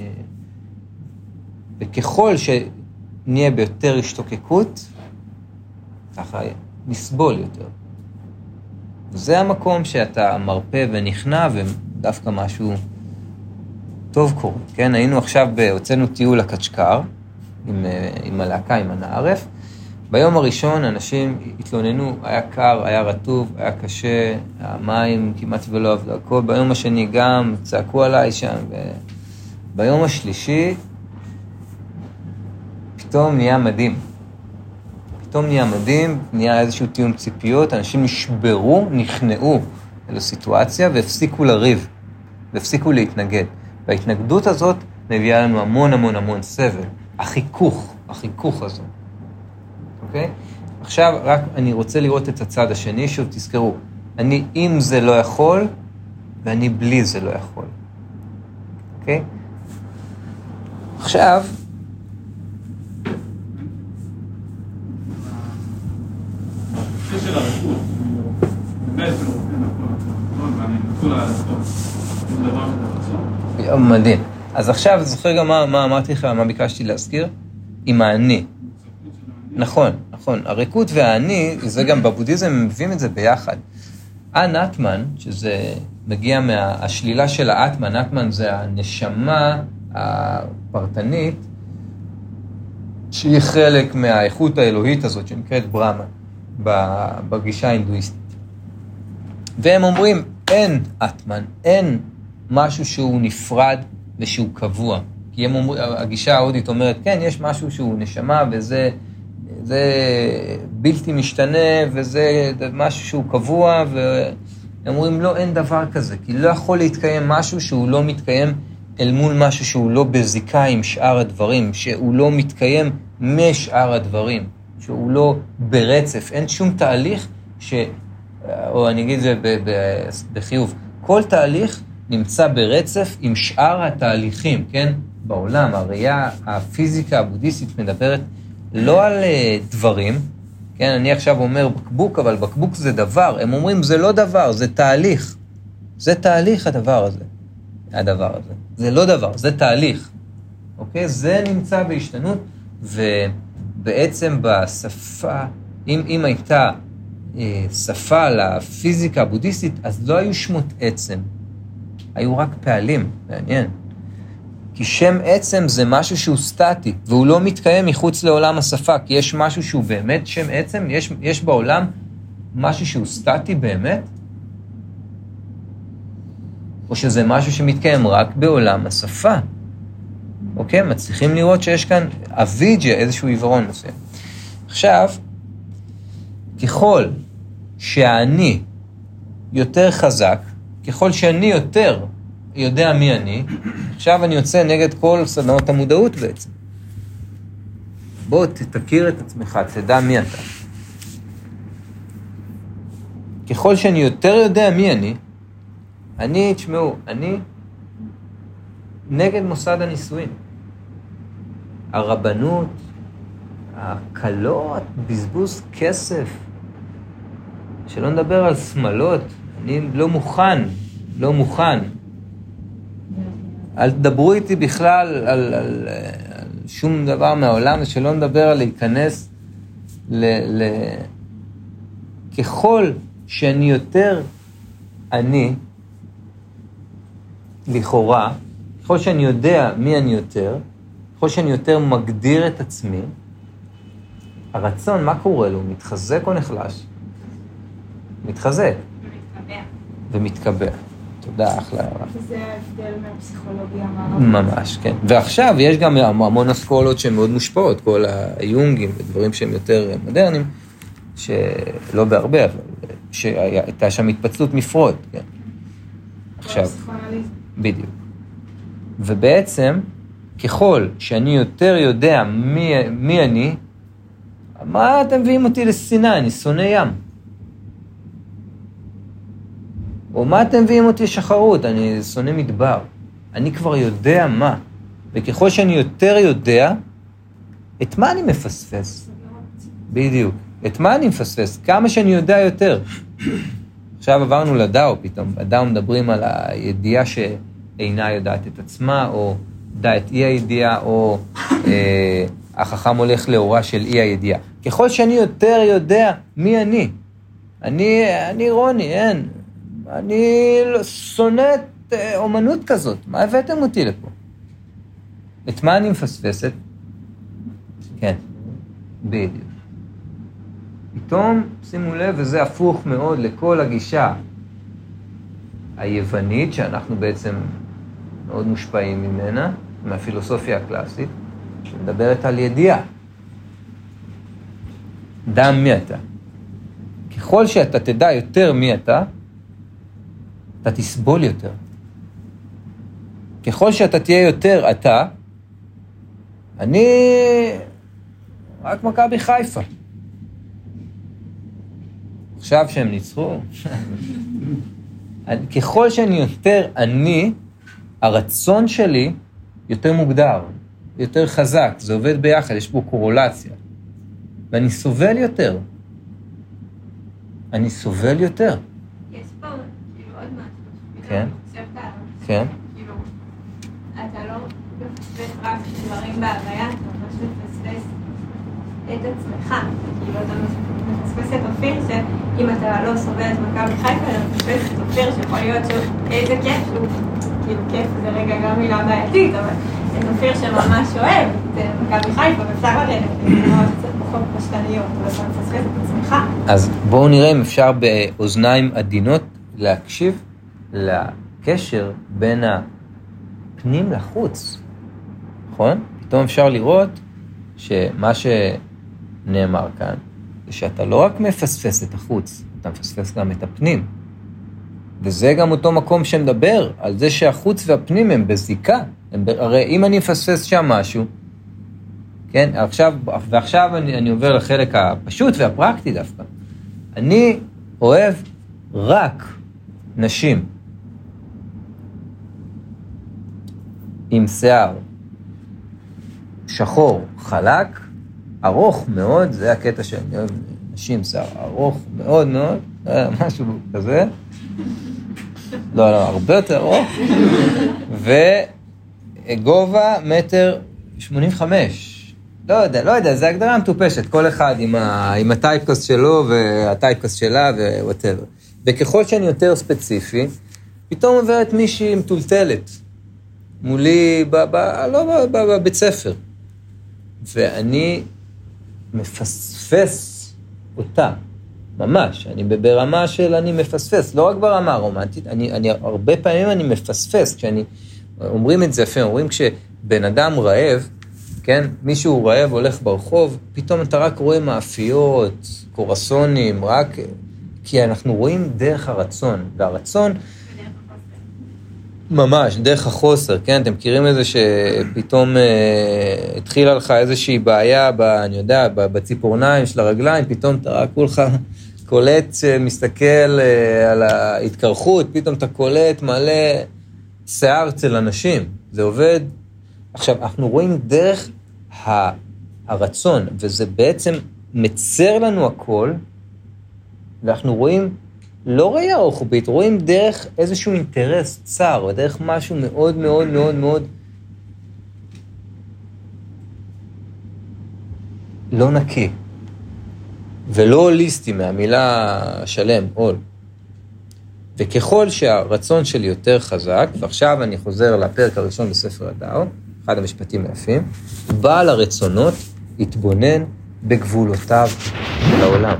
וככל שנהיה ביותר השתוקקות, ככה נסבול יותר. וזה המקום שאתה מרפא ונכנע, ודווקא משהו טוב קורה. כן, היינו עכשיו, הוצאנו טיול לקצ'קר, עם, עם הלהקה, עם הנערף. ביום הראשון אנשים התלוננו, היה קר, היה רטוב, היה קשה, המים כמעט ולא עבדו הכל. ביום השני גם צעקו עליי שם, וביום השלישי פתאום נהיה מדהים. פתאום נהיה מדהים, נהיה איזשהו תיאום ציפיות, אנשים נשברו, נכנעו אל הסיטואציה והפסיקו לריב, והפסיקו להתנגד. וההתנגדות הזאת מביאה לנו המון המון המון סבל. החיכוך, החיכוך הזה. אוקיי? עכשיו רק אני רוצה לראות את הצד השני, שוב תזכרו, אני עם זה לא יכול, ואני בלי זה לא יכול. אוקיי? עכשיו, של הרפות, באמת, ואני נתון לעשות, זה דבר שזה רצון. מדהים. אז עכשיו, זוכר גם מה, מה אמרתי לך, מה ביקשתי להזכיר? עם האני. נכון, נכון. הריקות והאני, זה גם בבודהיזם, הם מביאים את זה ביחד. האטמן, שזה מגיע מהשלילה של האטמן, האטמן זה הנשמה הפרטנית, שהיא חלק מהאיכות האלוהית הזאת, שנקראת ברמה, בגישה ההינדואיסטית. והם אומרים, אין אטמן, אין משהו שהוא נפרד ושהוא קבוע. כי הם אומר, הגישה ההודית אומרת, כן, יש משהו שהוא נשמה, וזה זה בלתי משתנה, וזה משהו שהוא קבוע, והם אומרים, לא, אין דבר כזה, כי לא יכול להתקיים משהו שהוא לא מתקיים אל מול משהו שהוא לא בזיקה עם שאר הדברים, שהוא לא מתקיים משאר הדברים, שהוא לא ברצף, אין שום תהליך ש... או אני אגיד את זה בחיוב, כל תהליך נמצא ברצף עם שאר התהליכים, כן? בעולם, הראייה, הפיזיקה הבודהיסטית מדברת לא על דברים, כן? אני עכשיו אומר בקבוק, אבל בקבוק זה דבר, הם אומרים זה לא דבר, זה תהליך. זה תהליך הדבר הזה, הדבר הזה. זה לא דבר, זה תהליך. אוקיי? זה נמצא בהשתנות, ובעצם בשפה, אם, אם הייתה אה, שפה לפיזיקה הבודהיסטית, אז לא היו שמות עצם, היו רק פעלים, מעניין. כי שם עצם זה משהו שהוא סטטי, והוא לא מתקיים מחוץ לעולם השפה, כי יש משהו שהוא באמת שם עצם, יש, יש בעולם משהו שהוא סטטי באמת, או שזה משהו שמתקיים רק בעולם השפה. אוקיי? מצליחים לראות שיש כאן אביג'ה, איזשהו עיוורון מסוים. עכשיו, ככל שאני יותר חזק, ככל שאני יותר יודע מי אני, עכשיו אני יוצא נגד כל סדנאות המודעות בעצם. בוא תכיר את עצמך, תדע מי אתה. ככל שאני יותר יודע מי אני, אני, תשמעו, אני נגד מוסד הנישואין. הרבנות, הקלות, בזבוז כסף, שלא נדבר על שמלות, אני לא מוכן, לא מוכן. אל תדברו איתי בכלל על, על, על, על שום דבר מהעולם, שלא נדבר על להיכנס ל, ל... ככל שאני יותר אני, לכאורה, ככל שאני יודע מי אני יותר, ככל שאני יותר מגדיר את עצמי, הרצון, מה קורה לו? מתחזק או נחלש? מתחזק. ומתקבע. ומתקבע. תודה, אחלה. זה ההבדל מהפסיכולוגיה המערבית. ממש, כן. ועכשיו יש גם המון אסכולות שהן מאוד מושפעות, כל היונגים ודברים שהם יותר מודרניים, שלא בהרבה, אבל שהייתה שם התפצלות מפרויד, כן. עכשיו, בדיוק. ובעצם, ככל שאני יותר יודע מי, מי אני, מה אתם מביאים אותי לסיני? אני שונא ים. או מה אתם מביאים אותי לשחרות? אני שונא מדבר. אני כבר יודע מה. וככל שאני יותר יודע, את מה אני מפספס? בדיוק. את מה אני מפספס? כמה שאני יודע יותר. עכשיו עברנו לדאו פתאום. בדאו מדברים על הידיעה שאינה יודעת את עצמה, או דעת אי הידיעה, או אה, החכם הולך לאורה של אי הידיעה. ככל שאני יותר יודע מי אני. אני, אני רוני, אין. אני שונא את אומנות כזאת. מה הבאתם אותי לפה? את מה אני מפספסת? כן, בדיוק. פתאום, שימו לב, וזה הפוך מאוד לכל הגישה היוונית, שאנחנו בעצם מאוד מושפעים ממנה, מהפילוסופיה הקלאסית, שמדברת על ידיעה. דע מי אתה. ככל שאתה תדע יותר מי אתה, אתה תסבול יותר. ככל שאתה תהיה יותר אתה, אני רק מכבי חיפה. עכשיו שהם ניצחו, ככל שאני יותר אני, הרצון שלי יותר מוגדר, יותר חזק, זה עובד ביחד, יש פה קורולציה. ואני סובל יותר. אני סובל יותר. יש פה כאילו עוד משהו. כן. כן. כאילו, אתה לא מפספס רק דברים בהוויה, אתה ממש מפספס את עצמך. כאילו, אתה מפספס את אופיר, שאם אתה לא סובל את מכבי חיפה, אתה מפספס את אופיר, שיכול להיות שאיזה כיף שהוא, כאילו כיף זה רגע גם מילה בעייתית, אבל את אופיר שממש אוהב את מכבי חיפה, ואפשר לרדת, זה קצת פחות פשטניות, אבל אתה מפספס את עצמך. אז בואו נראה אם אפשר באוזניים עדינות להקשיב לקשר בין הפנים לחוץ, נכון? פתאום אפשר לראות שמה שנאמר כאן, זה שאתה לא רק מפספס את החוץ, אתה מפספס גם את הפנים. וזה גם אותו מקום שמדבר על זה שהחוץ והפנים הם בזיקה. הם, הרי אם אני מפספס שם משהו, כן, עכשיו, ועכשיו אני, אני עובר לחלק הפשוט והפרקטי דווקא. אני אוהב רק נשים עם שיער שחור חלק, ארוך מאוד, זה הקטע שאני אוהב נשים שיער ארוך מאוד מאוד, משהו כזה. לא, לא, הרבה יותר ארוך. וגובה מטר שמונים וחמש. לא יודע, לא יודע, זה הגדרה מטופשת, כל אחד עם, ה, עם הטייפקאסט שלו והטייפקאסט שלה ווואטאבר. וככל שאני יותר ספציפי, פתאום עוברת מישהי מטולטלת, מולי, ב, ב, לא ב, ב, בבית ספר. ואני מפספס אותה, ממש. אני ברמה של אני מפספס, לא רק ברמה הרומנטית, אני, אני, הרבה פעמים אני מפספס, כשאני, אומרים את זה יפה, אומרים כשבן אדם רעב, כן? מישהו רעב הולך ברחוב, פתאום אתה רק רואה מאפיות, קורסונים, רק... כי אנחנו רואים דרך הרצון, והרצון... ממש, דרך החוסר, כן? אתם מכירים איזה שפתאום אה, התחילה לך איזושהי בעיה, ב, אני יודע, בציפורניים של הרגליים, פתאום אתה רק כולך קולט שמסתכל אה, על ההתקרחות, פתאום אתה קולט מלא שיער אצל אנשים, זה עובד... עכשיו, אנחנו רואים דרך הרצון, וזה בעצם מצר לנו הכל, ואנחנו רואים, לא ראייה רוחבית, רואים דרך איזשהו אינטרס צר, או דרך משהו מאוד מאוד מאוד מאוד לא נקי, ולא הוליסטי מהמילה שלם, עול. וככל שהרצון שלי יותר חזק, ועכשיו אני חוזר לפרק הראשון בספר הדאו, אחד המשפטים היפים, בעל הרצונות התבונן בגבולותיו של העולם.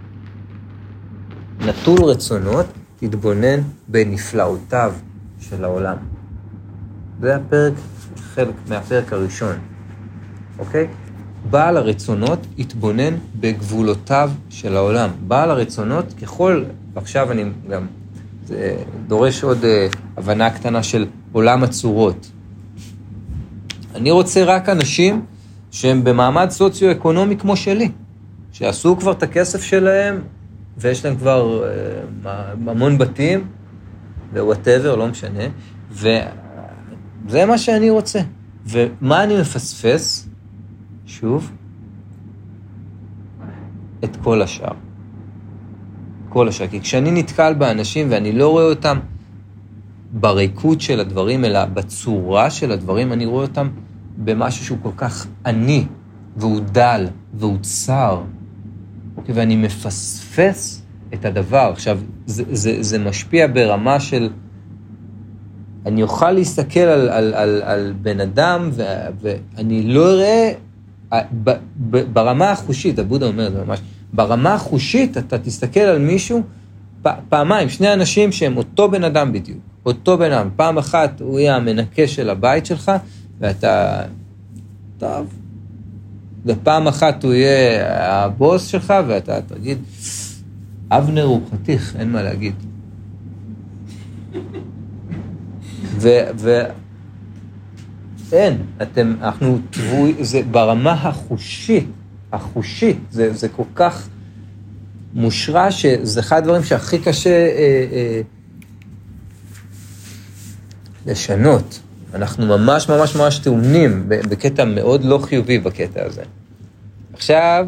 נטול רצונות התבונן בנפלאותיו של העולם. זה הפרק, חלק מהפרק הראשון, אוקיי? בעל הרצונות התבונן בגבולותיו של העולם. בעל הרצונות, ככל, ועכשיו אני גם זה דורש עוד הבנה קטנה של עולם הצורות. אני רוצה רק אנשים שהם במעמד סוציו-אקונומי כמו שלי, שעשו כבר את הכסף שלהם, ויש להם כבר המון בתים, ווואטאבר, לא משנה, וזה מה שאני רוצה. ומה אני מפספס? שוב, את כל השאר. כל השאר. כי כשאני נתקל באנשים ואני לא רואה אותם בריקות של הדברים, אלא בצורה של הדברים, אני רואה אותם במשהו שהוא כל כך עני, והוא דל, והוא צר. אוקיי? ואני מפספס את הדבר. עכשיו, זה, זה, זה משפיע ברמה של... אני אוכל להסתכל על, על, על, על בן אדם, ו, ואני לא אראה... ב, ב, ברמה החושית, הבודה אומר, זה ממש... ברמה החושית, אתה תסתכל על מישהו, פ, פעמיים, שני אנשים שהם אותו בן אדם בדיוק. אותו בן אדם. פעם אחת הוא יהיה המנקה של הבית שלך, ואתה... טוב. ופעם אחת הוא יהיה הבוס שלך, ואתה תגיד, אבנר הוא חתיך, אין מה להגיד. ו... ו... אין, אתם, אנחנו תבואי, זה ברמה החושית, החושית, זה, זה כל כך מושרע, שזה אחד הדברים שהכי קשה אה, אה, לשנות. אנחנו ממש ממש ממש טעונים בקטע מאוד לא חיובי בקטע הזה. עכשיו,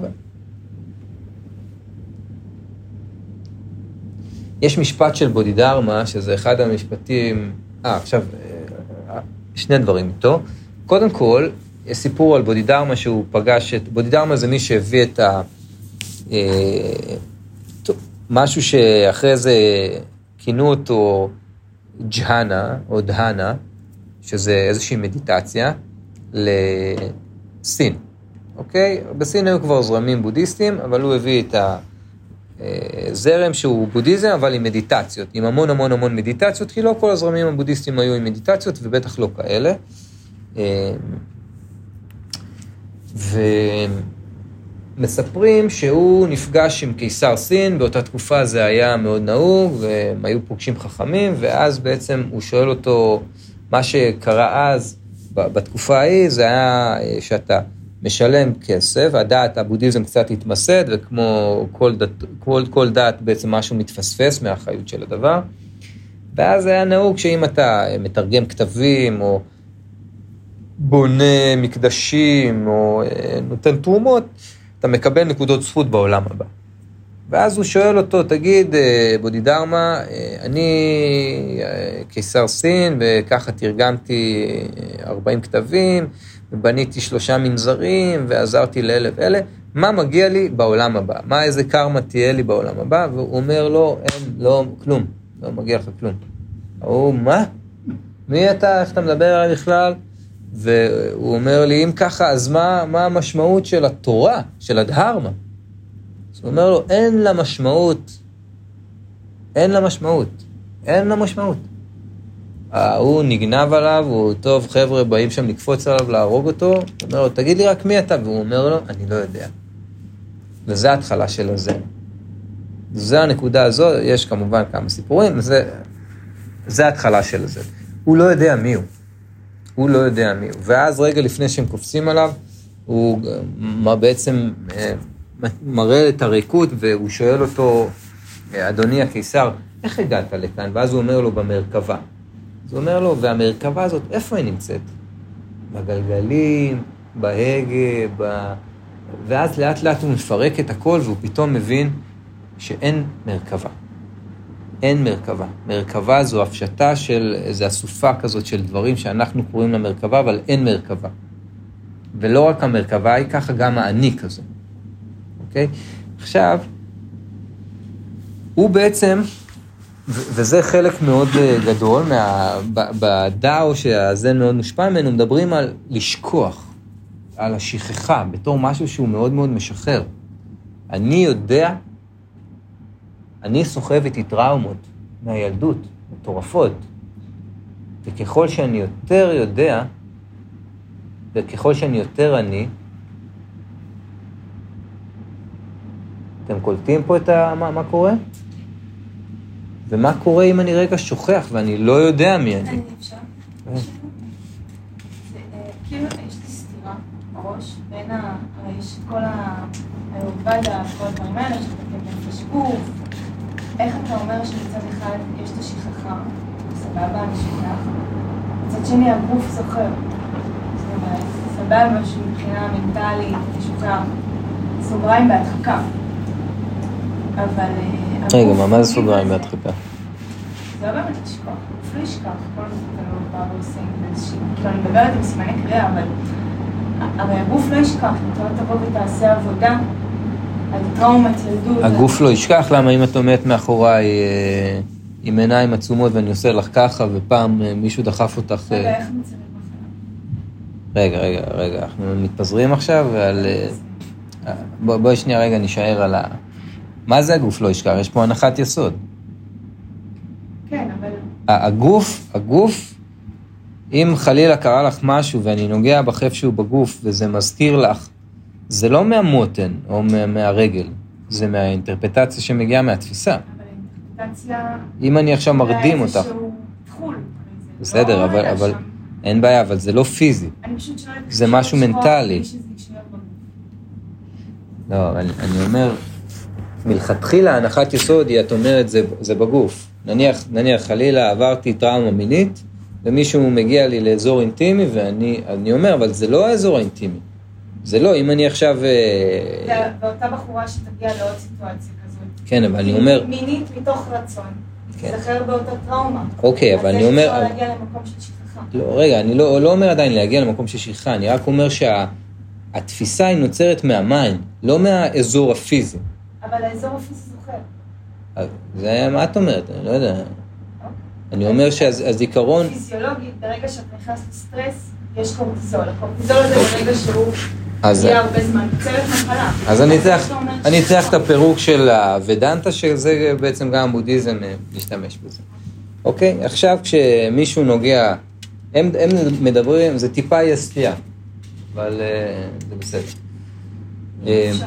יש משפט של בודידרמה, שזה אחד המשפטים, אה, עכשיו, שני דברים איתו. קודם כל, יש סיפור על בודידרמה שהוא פגש את... בודידרמה זה מי שהביא את ה... אה, משהו שאחרי זה כינו אותו ג'הנה או דהנה, שזה איזושהי מדיטציה, לסין. אוקיי? בסין היו כבר זרמים בודהיסטיים, אבל הוא הביא את הזרם שהוא בודהיזם, אבל עם מדיטציות, עם המון המון המון מדיטציות, כי לא כל הזרמים הבודהיסטיים היו עם מדיטציות, ובטח לא כאלה. מספרים שהוא נפגש עם קיסר סין, באותה תקופה זה היה מאוד נהוג, והם היו פוגשים חכמים, ואז בעצם הוא שואל אותו, מה שקרה אז, בתקופה ההיא, זה היה שאתה משלם כסף, הדעת, הבודהיזם קצת התמסד, וכמו כל דת, כל, כל דת בעצם משהו מתפספס מהאחריות של הדבר, ואז היה נהוג שאם אתה מתרגם כתבים, או בונה מקדשים, או נותן תרומות, אתה מקבל נקודות זכות בעולם הבא. ואז הוא שואל אותו, תגיד, בודידרמה, אני קיסר סין, וככה תרגמתי ארבעים כתבים, ובניתי שלושה מנזרים, ועזרתי לאלף אלה, מה מגיע לי בעולם הבא? מה איזה קרמה תהיה לי בעולם הבא? והוא אומר לו, אין, לא, כלום, לא מגיע לך כלום. הוא, מה? מי אתה? איך אתה מדבר עליי בכלל? והוא אומר לי, אם ככה, אז מה, מה המשמעות של התורה, של הדהרמה? אז הוא אומר לו, אין לה משמעות, אין לה משמעות, אין לה משמעות. הוא נגנב עליו, הוא טוב, חבר'ה באים שם לקפוץ עליו, להרוג אותו, הוא אומר לו, תגיד לי רק מי אתה? והוא אומר לו, אני לא יודע. וזה ההתחלה של הזה. זה הנקודה הזו, יש כמובן כמה סיפורים, זה, זה ההתחלה של זה. הוא לא יודע מי הוא. הוא לא יודע מי הוא. ואז רגע לפני שהם קופצים עליו, הוא בעצם מראה את הריקות, והוא שואל אותו, אדוני הקיסר, איך הגעת לכאן? ואז הוא אומר לו, במרכבה. אז הוא אומר לו, והמרכבה הזאת, איפה היא נמצאת? בגלגלים, בהגה, ב... ואז לאט לאט הוא מפרק את הכל, והוא פתאום מבין שאין מרכבה. אין מרכבה. מרכבה זו הפשטה של איזו אסופה כזאת של דברים שאנחנו קוראים לה מרכבה, אבל אין מרכבה. ולא רק המרכבה היא ככה, גם האני כזה. אוקיי? עכשיו, הוא בעצם, וזה חלק מאוד גדול, בדאו שזה מאוד מושפע ממנו, מדברים על לשכוח, על השכחה, בתור משהו שהוא מאוד מאוד משחרר. אני יודע, אני סוחב איתי טראומות מהילדות, מטורפות, וככל שאני יותר יודע, וככל שאני יותר אני, אתם קולטים פה את ה... מה, מה קורה? ומה קורה אם אני רגע שוכח ואני לא יודע מי אני? אני אפשר. כאילו, יש לי סתירה בראש בין ה... הרי יש כל היובדה, כל הדברים האלה, שאתה נפש גוף. איך אתה אומר שמצד אחד יש את השכחה, סבבה, אני שוכח, מצד שני הגוף זוכר. זאת אומרת, סבבה שמבחינה מנטלית, אני שוכח, סוגריים בהדחקה. אבל... רגע, מה זה סוגריים בהדחקה? זה לא באמת לשכוח, אפילו לשכח, כל זה אתה לא בא ועושים באיזושהי... כאילו, אני מדברת עם סימני קריאה, אבל... הרי הגוף לא ישכח, אם אתה לא תבוא ותעשה עבודה, על טראומת ילדות... הגוף לא ישכח, למה אם את עומדת מאחוריי עם עיניים עצומות ואני עושה לך ככה, ופעם מישהו דחף אותך... רגע, איך מצלם מחלה? רגע, רגע, רגע, אנחנו מתפזרים עכשיו, ועל... בואי שנייה רגע נשאר על ה... מה זה הגוף לא ישכח? יש פה הנחת יסוד. כן, אבל... הגוף, הגוף, אם חלילה קרה לך משהו ואני נוגע בחף שהוא בגוף וזה מזכיר לך, זה לא מהמותן או מהרגל, זה מהאינטרפטציה שמגיעה מהתפיסה. אבל האינטרפטציה... אם אני עכשיו מרדים אותך. זה איזשהו תחול. בסדר, אבל, אבל אין בעיה, אבל זה לא פיזי. אני פשוט שואלת... זה משהו מנטלי. לא, אני, אני אומר... מלכתחילה, הנחת יסוד, היא, את אומרת, זה, זה בגוף. נניח, נניח, חלילה, עברתי טראומה מינית, ומישהו מגיע לי לאזור אינטימי, ואני אני אומר, אבל זה לא האזור האינטימי. זה לא, אם אני עכשיו... ואותה בחורה שתגיע לעוד סיטואציה כזאת. כן, אבל אני אומר... מינית מתוך רצון. זכר באותה טראומה. אוקיי, אבל אני אומר... אז איך אפשר להגיע למקום של שכחה? לא, רגע, אני לא, לא אומר עדיין להגיע למקום של שכחה, אני רק אומר שהתפיסה היא נוצרת מהמים, לא מהאזור הפיזי. אבל האזור הפיזי זוכר. זה מה את אומרת? אני לא יודע. אני אומר שהזיכרון... פיזיולוגית, ברגע שאת נכנס לסטרס, יש קורטיזול. הקורטיזול הזה ברגע שהוא יהיה הרבה זמן, צוות מחלה. אז אני אצליח את הפירוק של הוודנטה, שזה בעצם גם הבודהיזם משתמש בזה. אוקיי? עכשיו כשמישהו נוגע, הם מדברים, זה טיפה יהיה סטייה, אבל זה בסדר.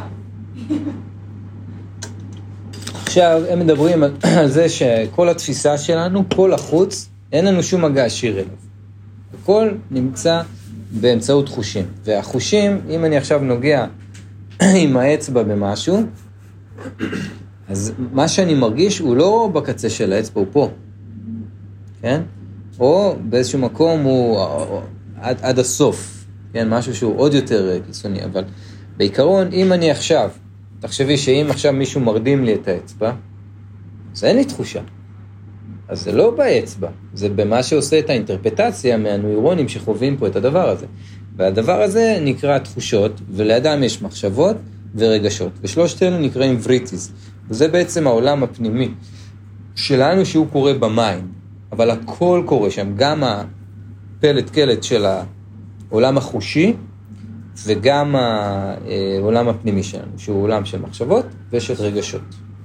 עכשיו, הם מדברים על זה שכל התפיסה שלנו, כל החוץ, אין לנו שום מגע ישיר אליו. הכל נמצא באמצעות חושים. והחושים, אם אני עכשיו נוגע עם האצבע במשהו, אז מה שאני מרגיש הוא לא בקצה של האצבע, הוא פה. כן? או באיזשהו מקום הוא עד, עד הסוף. כן? משהו שהוא עוד יותר קיצוני. אבל בעיקרון, אם אני עכשיו, תחשבי שאם עכשיו מישהו מרדים לי את האצבע, אז אין לי תחושה. אז זה לא באצבע, זה במה שעושה את האינטרפטציה מהנוירונים שחווים פה את הדבר הזה. והדבר הזה נקרא תחושות, ולידם יש מחשבות ורגשות. ושלושת אלו נקראים וריטיז. וזה בעצם העולם הפנימי שלנו שהוא קורה במים. אבל הכל קורה שם, גם הפלט קלט של העולם החושי, וגם העולם הפנימי שלנו, שהוא עולם של מחשבות ושל רגשות.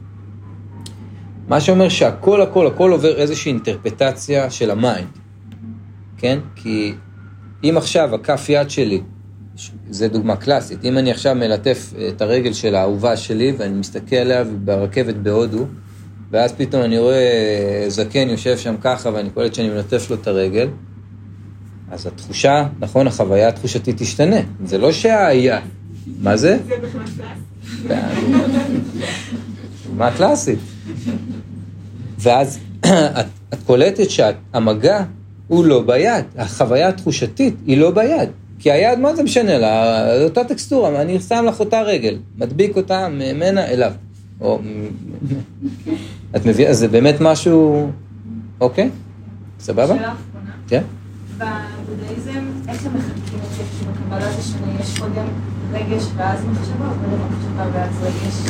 מה שאומר שהכל, הכל, הכל עובר איזושהי אינטרפטציה של המיינד. כן? כי אם עכשיו הכף יד שלי, זה דוגמה קלאסית, אם אני עכשיו מלטף את הרגל של האהובה שלי, ואני מסתכל עליה ברכבת בהודו, ואז פתאום אני רואה זקן יושב שם ככה, ואני קולט שאני מלטף לו את הרגל, אז התחושה, נכון, החוויה התחושתית תשתנה. זה לא שהיה. מה זה? זה בכלל קלאסי. מה קלאסית? ואז את, את קולטת שהמגע הוא לא ביד. החוויה התחושתית היא לא ביד. כי היד, מה זה משנה לה? אותה טקסטורה, אני שם לך אותה רגל, מדביק אותה ממנה אליו. או, את מביאה, זה באמת משהו, אוקיי? סבבה? שאלה אחרונה. כן? בבודהיזם, איך הם מחלקים את זה? כי בקבלה זה שונה, יש קודם רגש ואז מחשבה, או קודם מחשבה ואז רגש?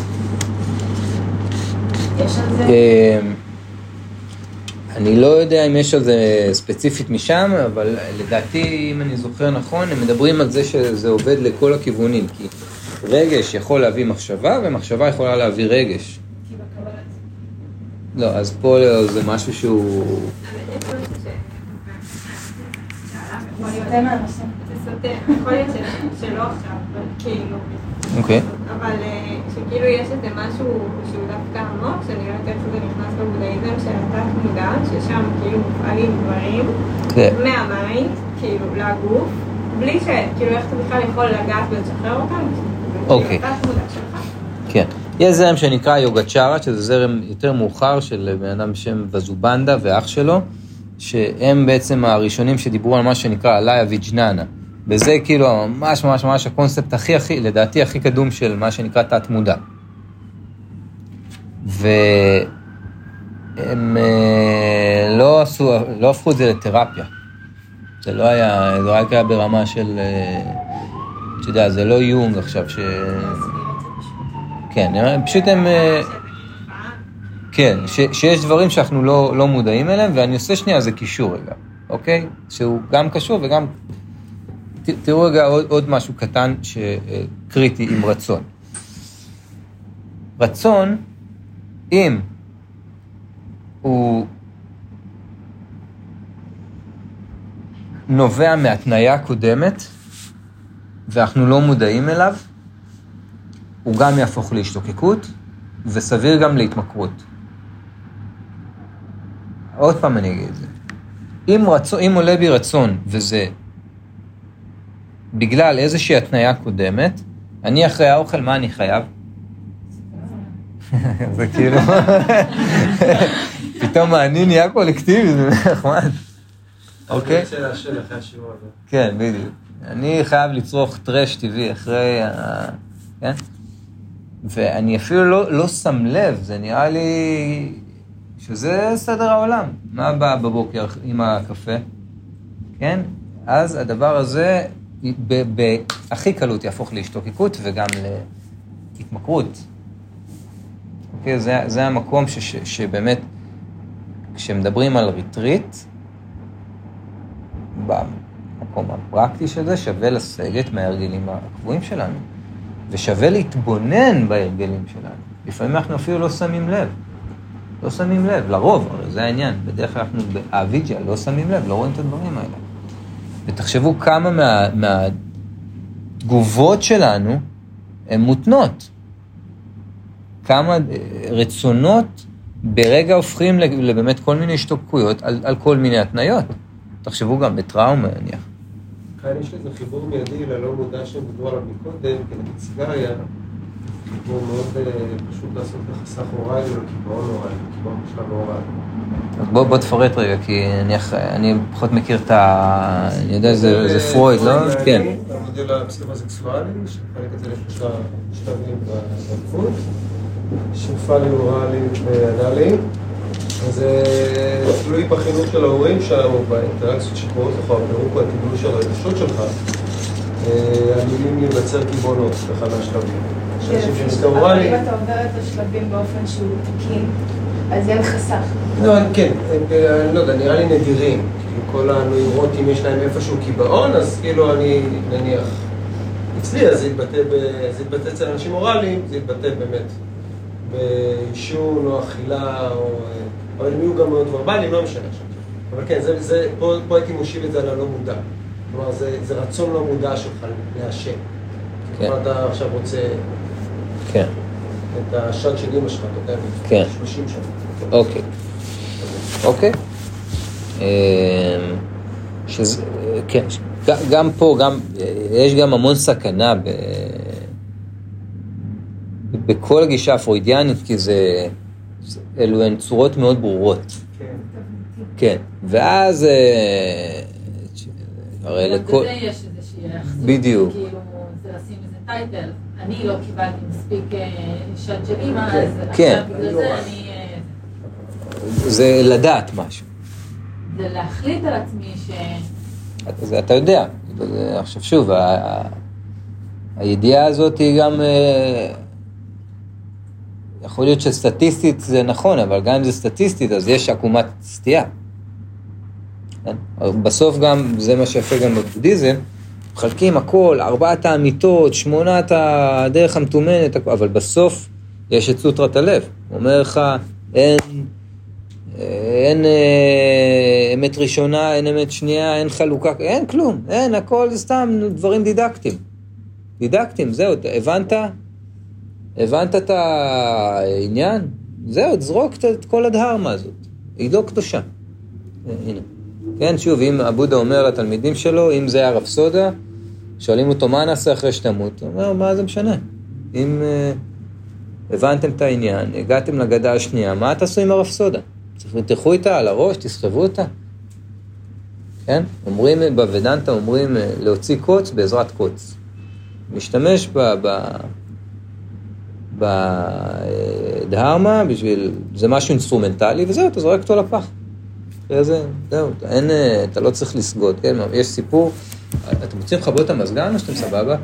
יש על זה? אני לא יודע אם יש על זה ספציפית משם, אבל לדעתי, אם אני זוכר נכון, הם מדברים על זה שזה עובד לכל הכיוונים, כי רגש יכול להביא מחשבה, ומחשבה יכולה להביא רגש. כי בקבלה זה... לא, אז פה זה משהו שהוא... סוטה מהנושא. זה סוטה, יכול להיות שלא עכשיו, אבל כאילו. אוקיי. אבל שכאילו יש איזה משהו שהוא דווקא עמוק, שאני לא יודעת איך זה נכנס בבודהיזם של התת מודע, ששם כאילו מופעלים דברים מהמיינד, כאילו לגוף, בלי שכאילו איך אתה בכלל יכול לגעת ולשחרר אותם, אוקיי. התת מודע שלך. כן. יש זרם שנקרא יוגצ'ארה, שזה זרם יותר מאוחר של בן אדם בשם וזובנדה ואח שלו, שהם בעצם הראשונים שדיברו על מה שנקרא אליה ויג'ננה. וזה כאילו ממש ממש ממש הקונספט הכי הכי, לדעתי הכי קדום של מה שנקרא תת מודע. והם לא עשו, לא הפכו את זה לתרפיה. זה לא היה, זה רק היה ברמה של, אתה יודע, זה לא יונג עכשיו ש... כן, פשוט הם... כן, ש, שיש דברים שאנחנו לא, לא מודעים אליהם, ואני עושה שנייה, זה קישור רגע, אוקיי? שהוא גם קשור וגם... ת, תראו רגע עוד, עוד משהו קטן שקריטי עם רצון. רצון, אם הוא נובע מהתניה קודמת, ואנחנו לא מודעים אליו, הוא גם יהפוך להשתוקקות, וסביר גם להתמכרות. עוד פעם אני אגיד את זה. אם, רצון, אם עולה בי רצון, וזה בגלל איזושהי התניה קודמת, אני אחרי האוכל, מה אני חייב? זה כאילו... פתאום אני נהיה קולקטיבי, זה נחמד. אוקיי? אני רוצה להשאיר אחרי השיעור הזה. כן, בדיוק. אני חייב לצרוך טרש טבעי אחרי... כן? ואני אפילו לא, לא שם לב, זה נראה לי שזה סדר העולם. מה בא בבוקר עם הקפה? כן? אז הדבר הזה בהכי קלות יהפוך להשתוקקות וגם להתמכרות. אוקיי? זה, זה המקום ש, ש, שבאמת, כשמדברים על ריטריט, במקום הפרקטי של זה, שווה לסגת מההרגלים הקבועים שלנו. ושווה להתבונן בהרגלים שלנו. לפעמים אנחנו אפילו לא שמים לב. לא שמים לב, לרוב, הרי זה העניין. בדרך כלל אנחנו באביג'ה, לא שמים לב, לא רואים את הדברים האלה. ותחשבו כמה מה, מהתגובות שלנו הן מותנות. כמה רצונות ברגע הופכים לבאמת כל מיני השתוקקויות על, על כל מיני התניות. תחשבו גם בטראומה, נניח. כאן יש לזה חיבור מיידי ללא מודע שהם דיברו עליו מקודם, כנגד סיגריה, חיבור מאוד פשוט לעשות לחסך אוראלי או קיבעון אוראלי, קיבעון בשלב אוראלי. אז בוא, בוא תפרט רגע, כי נניח, אני פחות מכיר את ה... אני יודע, זה, זה פרויד, לא? כן. המודל הפסיכוסקסואלי, שחלק את זה לשלושה שלבים בגבול, שפלי, אוראלי ואנאלי. אז זה תלוי בחינוך של ההורים שלנו, באינטראקציות שקורות לך, בפירוק הטיפול של הרגשות שלך, עלולים להיווצר קיבעונות באחד מהשלבים. אבל אם אתה עובר את השלבים באופן שהוא תקין, אז אין חסך. לא, כן, אני לא יודע, נראה לי נדירים. כל הנוירוטים יש להם איפשהו קיבעון, אז כאילו אני נניח אצלי, אז זה יתבטא אצל אנשים אוראליים, זה יתבטא באמת באישון או אכילה, אבל הם יהיו גם מאוד ורבליים, לא משנה עכשיו. אבל כן, פה הייתי מושיב את זה על הלא מודע. כלומר, זה רצון לא מודע שלך להשם. כלומר, אתה עכשיו רוצה את השד של אמא שלך, אתה יודע, שלושים שנה. אוקיי. אוקיי. שזה, כן, גם פה, גם, יש גם המון סכנה ב... בכל הגישה הפרוידיאנית, כי זה, אלו הן צורות מאוד ברורות. כן. כן, ואז, הרי לכל... בזה יש איזושהי אחזות. בדיוק. כאילו, זה לשים איזה טייטל. אני לא קיבלתי מספיק שד של אימא, אז עכשיו בגלל זה אני... זה לדעת משהו. זה להחליט על עצמי ש... זה אתה יודע. עכשיו שוב, הידיעה הזאת היא גם... יכול להיות שסטטיסטית זה נכון, אבל גם אם זה סטטיסטית, אז יש עקומת סטייה. בסוף גם, זה מה שיפה גם בבודהיזם, מחלקים הכל, ארבעת האמיתות, שמונת הדרך המתומנת, אבל בסוף יש את סוטרת הלב. הוא אומר לך, אין, אין אמת ראשונה, אין אמת שנייה, אין חלוקה, אין כלום, אין, הכל זה סתם דברים דידקטיים. דידקטיים, זהו, הבנת? הבנת את העניין? זהו, תזרוק את כל הדהרמה הזאת. היא לא קדושה. הנה. כן, שוב, אם הבודה אומר לתלמידים שלו, אם זה הרב סודה, שואלים אותו, מה נעשה אחרי שתמות? הוא אומר, מה זה משנה? אם uh, הבנתם את העניין, הגעתם לגדה השנייה, מה תעשו עם הרב סודה? תלכו איתה על הראש, תסחבו אותה. כן? אומרים, בוודנטה אומרים, להוציא קוץ בעזרת קוץ. משתמש ב... ב בדהרמה, בשביל, זה משהו אינסטרומנטלי, וזהו, אתה זורק אותו לפח. וזה, זהו, אין, אתה לא צריך לסגוד, כן? יש סיפור, אתם רוצים לחבר את המזגן או שאתם סבבה?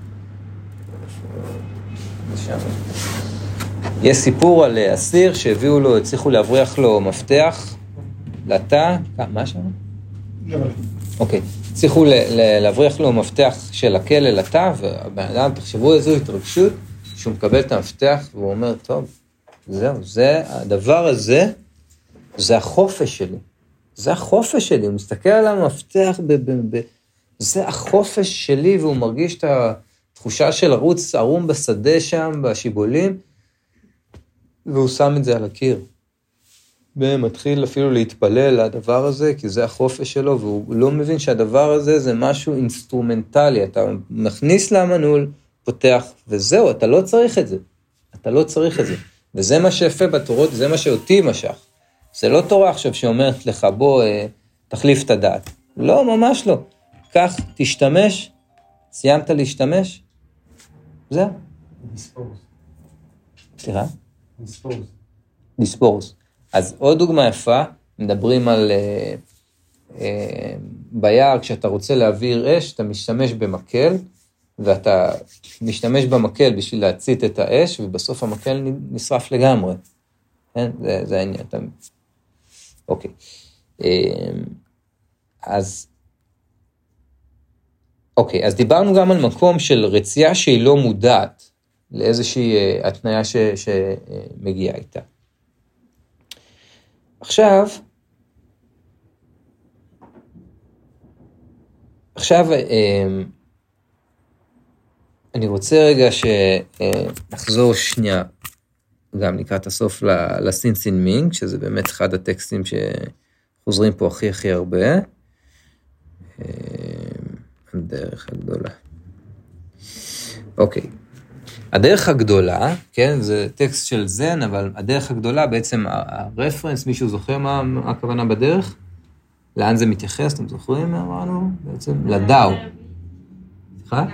יש סיפור על אסיר שהביאו לו, הצליחו להבריח לו מפתח לתא, מה שם? אוקיי, הצליחו להבריח לו מפתח של הכלא לתא, ובאדם, תחשבו איזו התרגשות, שהוא מקבל את המפתח, והוא אומר, טוב, זהו, זה, הדבר הזה, זה החופש שלי. זה החופש שלי, הוא מסתכל על המפתח, ב, ב, ב, זה החופש שלי, והוא מרגיש את התחושה של ערוץ ערום בשדה שם, בשיבולים, והוא שם את זה על הקיר. ומתחיל אפילו להתפלל לדבר הזה, כי זה החופש שלו, והוא לא מבין שהדבר הזה זה משהו אינסטרומנטלי, אתה מכניס למנעול, פותח, וזהו, אתה לא צריך את זה. אתה לא צריך את זה. וזה מה שיפה בתורות, זה מה שאותי משך. זה לא תורה עכשיו שאומרת לך, בוא, תחליף את הדעת. לא, ממש לא. כך, תשתמש, סיימת להשתמש, זהו. דיספורס. סליחה? דיספורס. דיספורס. אז עוד דוגמה יפה, מדברים על אה, אה, ביער, כשאתה רוצה להעביר אש, אתה משתמש במקל, ואתה משתמש במקל בשביל להצית את האש, ובסוף המקל נשרף לגמרי. כן? זה, זה העניין. אתה... אוקיי. אז, אוקיי, אז דיברנו גם על מקום של רצייה שהיא לא מודעת, לאיזושהי התניה ש, שמגיעה איתה. עכשיו, עכשיו, אני רוצה רגע שנחזור שנייה גם לקראת הסוף לסינסין מינג, שזה באמת אחד הטקסטים שחוזרים פה הכי הכי הרבה. הדרך הגדולה. אוקיי. הדרך הגדולה, כן, זה טקסט של זן, אבל הדרך הגדולה בעצם הרפרנס, מישהו זוכר מה הכוונה בדרך? לאן זה מתייחס? אתם זוכרים מה אמרנו? בעצם לדאו. סליחה?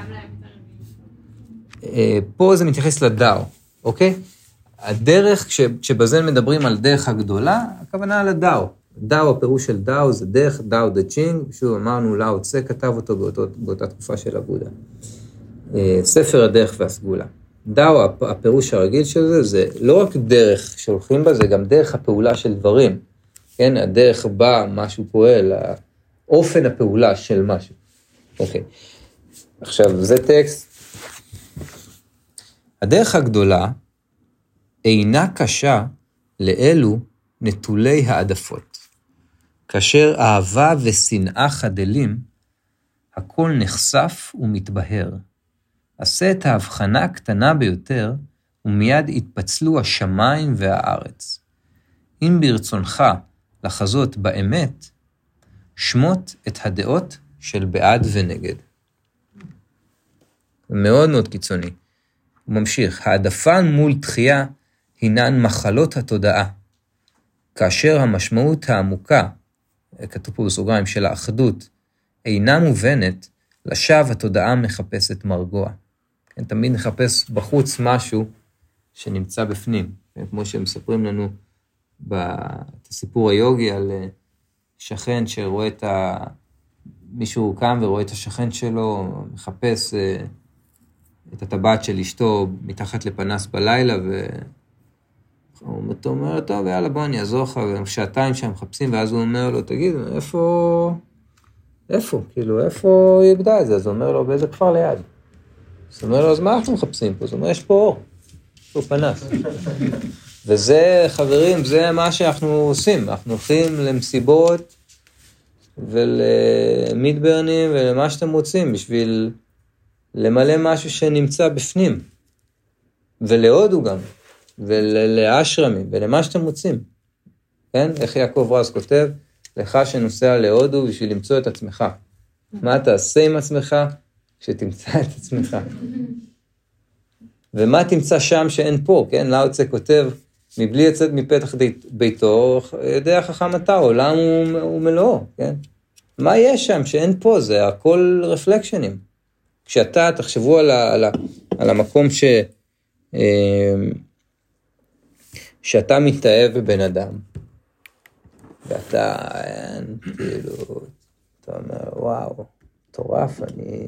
פה זה מתייחס לדאו, אוקיי? הדרך, כשבזן מדברים על דרך הגדולה, הכוונה לדאו. דאו, הפירוש של דאו זה דרך, דאו דה צ'ינג, שוב אמרנו, לאו צה, כתב אותו באותו, באותה תקופה של הבודה. ספר הדרך והסגולה. דאו, הפירוש הרגיל של זה, זה לא רק דרך שהולכים בה, זה גם דרך הפעולה של דברים. כן, הדרך בה משהו פועל, האופן הפעולה של משהו. אוקיי. עכשיו, זה טקסט. הדרך הגדולה אינה קשה לאלו נטולי העדפות. כאשר אהבה ושנאה חדלים, הכל נחשף ומתבהר. עשה את ההבחנה הקטנה ביותר, ומיד יתפצלו השמיים והארץ. אם ברצונך לחזות באמת, שמות את הדעות של בעד ונגד. מאוד מאוד קיצוני. הוא ממשיך, העדפה מול דחייה הינן מחלות התודעה, כאשר המשמעות העמוקה, כתוב פה בסוגריים, של האחדות, אינה מובנת, לשווא התודעה מחפשת מרגוע. כן, תמיד נחפש בחוץ משהו שנמצא בפנים, כן, כמו שמספרים לנו בסיפור היוגי על שכן שרואה את ה... מישהו קם ורואה את השכן שלו, מחפש את הטבעת של אשתו מתחת לפנס בלילה, והוא אומר, טוב, יאללה, בוא אני אעזור לך, ושעתיים שהם מחפשים, ואז הוא אומר לו, תגיד, איפה, איפה, כאילו, איפה היא איבדה את זה? אז הוא אומר לו, באיזה כפר ליד? אז הוא אומר לו, אז מה אנחנו מחפשים פה? אז הוא אומר, יש פה אור, יש פה פנס. וזה, חברים, זה מה שאנחנו עושים, אנחנו הולכים למסיבות, ולמידברנים, ולמה שאתם רוצים, בשביל למלא משהו שנמצא בפנים, ולהודו גם, ולאשרמים, ולמה שאתם רוצים. כן? איך יעקב רז כותב? לך שנוסע להודו בשביל למצוא את עצמך. מה תעשה עם עצמך כשתמצא את עצמך? ומה תמצא שם שאין פה? כן? לאו צה כותב, מבלי יצאת מפתח ביתו, יודע חכם אתה, עולם הוא, הוא מלואו, כן? מה יש שם שאין פה? זה הכל רפלקשנים. כשאתה, תחשבו על, ה, על, ה, על המקום ש, שאתה מתאהב בבן אדם, ואתה, כאילו, אתה אומר, וואו, טורף, אני...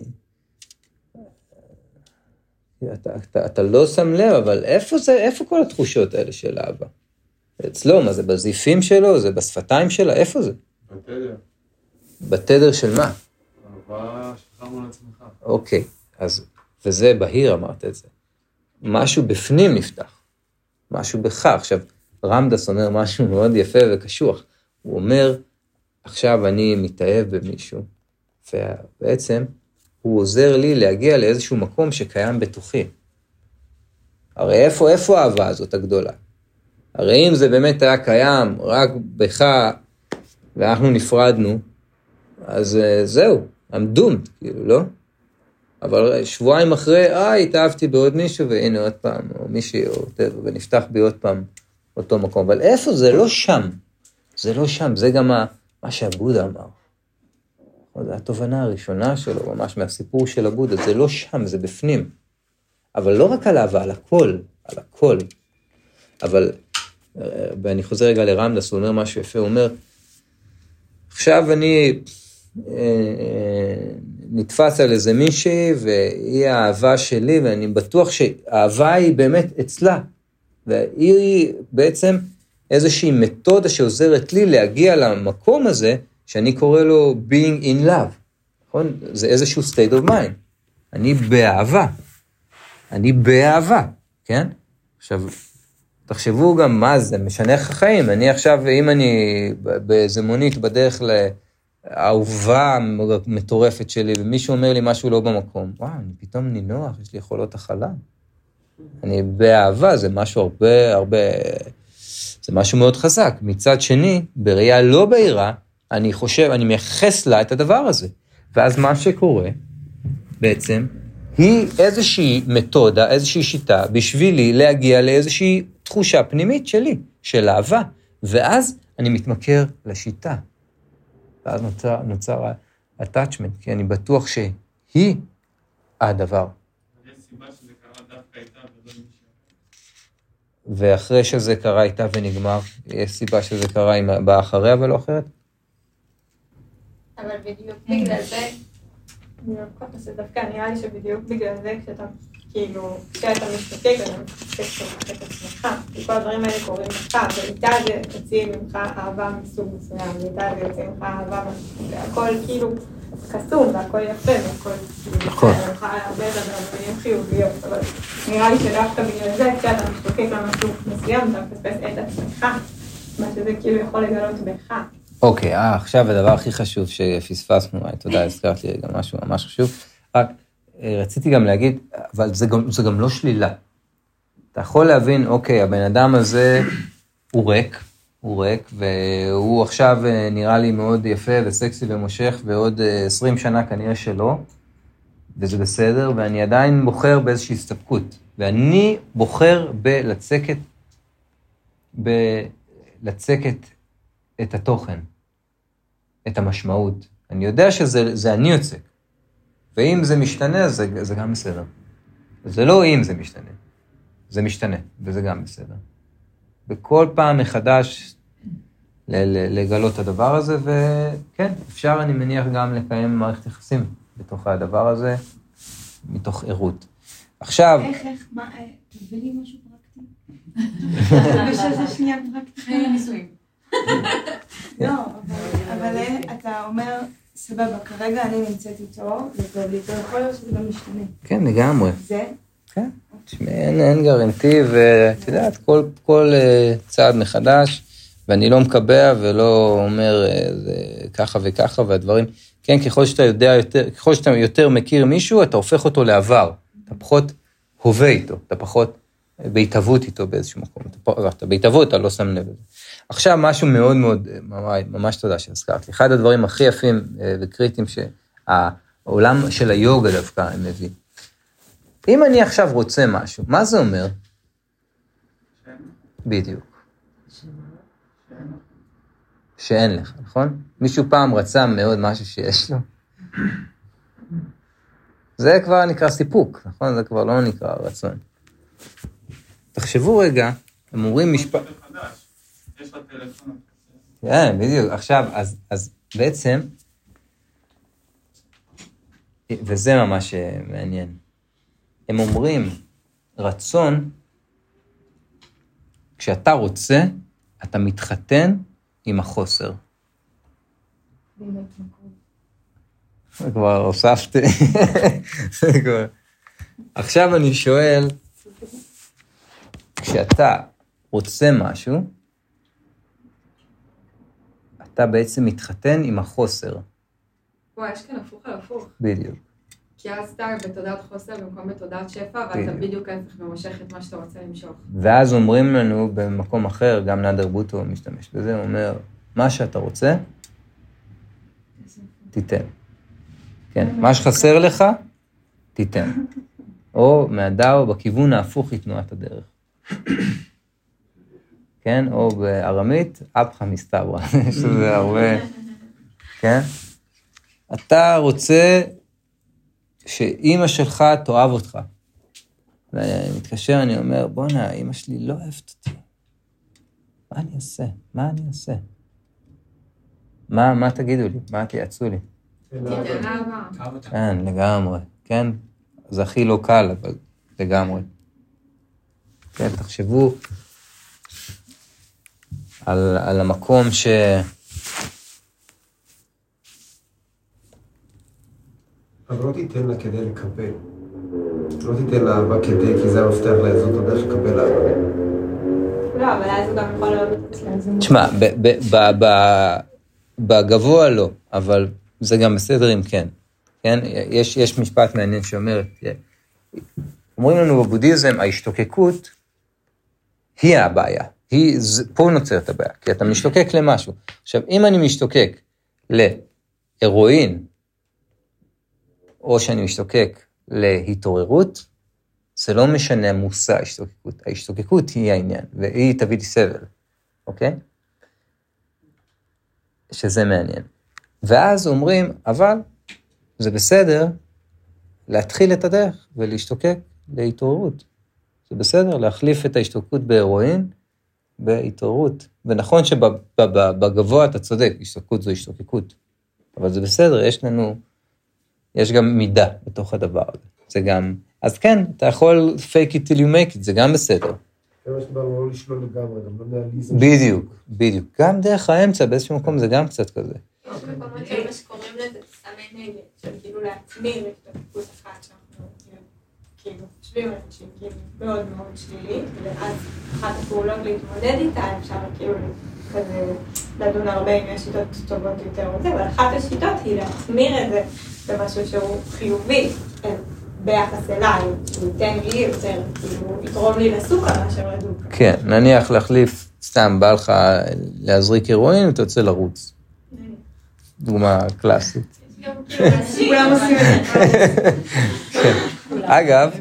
אתה, אתה, אתה לא שם לב, אבל איפה זה, איפה כל התחושות האלה של אהבה? אצלו, מה זה בזיפים שלו? זה בשפתיים שלה? איפה זה? בתדר. בתדר של מה? אהבה שלך מול עצמך. אוקיי, אז, וזה בהיר אמרת את זה. משהו בפנים נפתח. משהו בך. עכשיו, רמדס אומר משהו מאוד יפה וקשוח. הוא אומר, עכשיו אני מתאהב במישהו, ובעצם הוא עוזר לי להגיע לאיזשהו מקום שקיים בתוכי. הרי איפה, איפה האהבה הזאת הגדולה? הרי אם זה באמת היה קיים רק בך, ואנחנו נפרדנו, אז זהו, I'm doomed, כאילו, לא? אבל שבועיים אחרי, אה, התאהבתי בעוד מישהו, והנה עוד פעם, או מישהי, או טבע, ונפתח בי עוד פעם אותו מקום. אבל איפה? זה לא שם. זה לא שם, זה גם מה שהבודה אמר. זו התובנה הראשונה שלו, ממש מהסיפור של הבודה, זה לא שם, זה בפנים. אבל לא רק על אהבה, על הכל, על הכל. אבל, ואני חוזר רגע לרמדס, הוא אומר משהו יפה, הוא אומר, עכשיו אני נתפס על איזה מישהי, והיא האהבה שלי, ואני בטוח שהאהבה היא באמת אצלה, והיא בעצם איזושהי מתודה שעוזרת לי להגיע למקום הזה, שאני קורא לו being in love, נכון? זה איזשהו state of mind. אני באהבה. אני באהבה, כן? עכשיו, תחשבו גם מה זה, משנה איך החיים. אני עכשיו, אם אני באיזה מונית בדרך לאהובה מטורפת שלי, ומישהו אומר לי משהו לא במקום, וואו, אני פתאום נינוח, יש לי יכולות הכלה. אני באהבה, זה משהו הרבה, הרבה, זה משהו מאוד חזק. מצד שני, בראייה לא בהירה, אני חושב, אני מייחס לה את הדבר הזה. ואז מה שקורה, בעצם, היא איזושהי מתודה, איזושהי שיטה, בשבילי להגיע לאיזושהי תחושה פנימית שלי, של אהבה. ואז אני מתמכר לשיטה. ואז נוצר, נוצר ה-attachment, כי אני בטוח שהיא הדבר. יש סיבה שזה קרה דווקא איתה ולא מישהו. ואחרי שזה קרה איתה ונגמר, יש סיבה שזה קרה עם הבאה אחריה ולא אחרת? אבל בדיוק בגלל זה, זה דווקא נראה לי שבדיוק בגלל זה, כשאתה, כאילו, כשאתה מסתכל, אתה מסתכל את עצמך, כי כל הדברים האלה קורים לך, ואיתה זה יוציא ממך אהבה מסוג מסוים, ואיתה זה יוציא ממך אהבה, והכל כאילו קסום, והכל יפה, והכל כאילו, אני יכולה הרבה לדבר דברים חיוביות, אבל נראה לי שדווקא בגלל זה, כשאתה מסתכל למשהו מסוים, אתה מפספס את עצמך, מה שזה כאילו יכול לגלות בך. אוקיי, אה, עכשיו הדבר הכי חשוב שפספסנו, תודה, הזכרת לי גם משהו ממש חשוב, רק רציתי גם להגיד, אבל זה גם, זה גם לא שלילה. אתה יכול להבין, אוקיי, הבן אדם הזה הוא ריק, הוא ריק, והוא עכשיו נראה לי מאוד יפה וסקסי ומושך, ועוד עשרים שנה כנראה שלא, וזה בסדר, ואני עדיין בוחר באיזושהי הסתפקות, ואני בוחר בלצקת, בלצקת את התוכן, את המשמעות. אני יודע שזה זה אני יוצק, ואם זה משתנה, זה, זה גם בסדר. זה לא אם זה משתנה, זה משתנה, וזה גם בסדר. בכל פעם מחדש לגלות את הדבר הזה, וכן, אפשר, אני מניח, גם לקיים מערכת יחסים בתוך הדבר הזה, מתוך עירות. עכשיו... איך, איך, מה, תביא לי משהו פרקטי? בשזה שנייה פרקטי. חיי נישואים. לא, אבל אתה אומר, סבבה, כרגע אני נמצאת איתו, וטוב לי, אתה יכול להיות שזה גם משתנה. כן, לגמרי. זה? כן, אין, אין גרנטי, ואת יודעת, כל, כל צעד מחדש, ואני לא מקבע ולא אומר זה ככה וככה, והדברים, כן, ככל שאתה יודע יותר, ככל שאתה יותר מכיר מישהו, אתה הופך אותו לעבר, אתה פחות הווה איתו, אתה פחות בהתהוות איתו באיזשהו מקום, אתה, אתה בהתהוות, אתה לא שם לב לזה. עכשיו משהו מאוד מאוד, ממש, ממש תודה שהזכרת לי, אחד הדברים הכי יפים וקריטיים שהעולם של היוגה דווקא מביא. אם אני עכשיו רוצה משהו, מה זה אומר? בדיוק. שאין לך, נכון? מישהו פעם רצה מאוד משהו שיש לו. זה כבר נקרא סיפוק, נכון? זה כבר לא נקרא רצון. תחשבו רגע, הם אומרים משפט... יש לה טלפון. כן, בדיוק. עכשיו, אז, אז בעצם, וזה ממש מעניין, הם אומרים, רצון, כשאתה רוצה, אתה מתחתן עם החוסר. כבר הוספתי. עכשיו אני שואל, כשאתה רוצה משהו, אתה בעצם מתחתן עם החוסר. וואי, יש כאן הפוך על הפוך. בדיוק. כי אז אתה בתודעת חוסר במקום בתודעת שפע, ואתה בדיוק ההפך ממשך את מה שאתה רוצה למשוך. ואז אומרים לנו במקום אחר, גם נאדר בוטו משתמש בזה, הוא אומר, מה שאתה רוצה, תיתן. כן, מה שחסר לך, תיתן. או מהדאו, בכיוון ההפוך היא תנועת הדרך. כן, או בארמית, אפחה מסתברא. יש לזה הרבה, כן? אתה רוצה שאמא שלך תאהב אותך. ואני מתקשר, אני אומר, בוא'נה, אמא שלי לא אוהבת אותי. מה אני אעשה? מה אני אעשה? מה, מה תגידו לי? מה תייעצו לי? כן, לגמרי, כן? זה הכי לא קל, אבל לגמרי. כן, תחשבו על, על המקום ש... אבל לא תיתן לה כדי לקבל. לא תיתן לה אהבה כדי, כי זה המפתח לה, זאת הדרך לקבל אהבה. לא, אבל אז הוא גם יכול להיות... תשמע, בגבוה לא, אבל זה גם בסדר אם כן. כן? יש, יש משפט מעניין שאומר, אומרים לנו בבודהיזם, ההשתוקקות היא הבעיה. היא, פה נוצר את הבעיה, כי אתה משתוקק למשהו. עכשיו, אם אני משתוקק להרואין, או שאני משתוקק להתעוררות, זה לא משנה מושא ההשתוקקות. ההשתוקקות היא העניין, והיא תביא לי סבל, אוקיי? שזה מעניין. ואז אומרים, אבל זה בסדר להתחיל את הדרך ולהשתוקק להתעוררות. זה בסדר להחליף את ההשתוקקות בהרואין בהתעוררות. ונכון שבגבוה אתה צודק, השתוקקות זו השתוקקות. אבל זה בסדר, יש לנו, יש גם מידה בתוך הדבר הזה. זה גם, אז כן, אתה יכול fake it till you make it, זה גם בסדר. זה מה שדיברנו, לא לשלול לגמרי, גם לא נעליזם. בדיוק, בדיוק. גם דרך האמצע, באיזשהו מקום זה גם קצת כזה. יש מקומות שמה שקוראים לזה סמי נגד, של כאילו להצמיר את התפקות אחת שאנחנו כאילו חושבים על שהיא כאילו מאוד מאוד שלילית, ואז אחת הפעולות להתמודד איתה, אפשר כאילו כזה לדון הרבה אם יש שיטות טובות יותר או זה, אבל אחת השיטות היא להצמיר את זה במשהו שהוא חיובי ביחס אליי, שהוא ייתן לי יותר, כאילו יתרום לי לסוכה מאשר לדוקה. כן, נניח להחליף, סתם בא לך להזריק הרואין ואתה יוצא לרוץ. דוגמה קלאסית. כולם עושים את זה. אגב,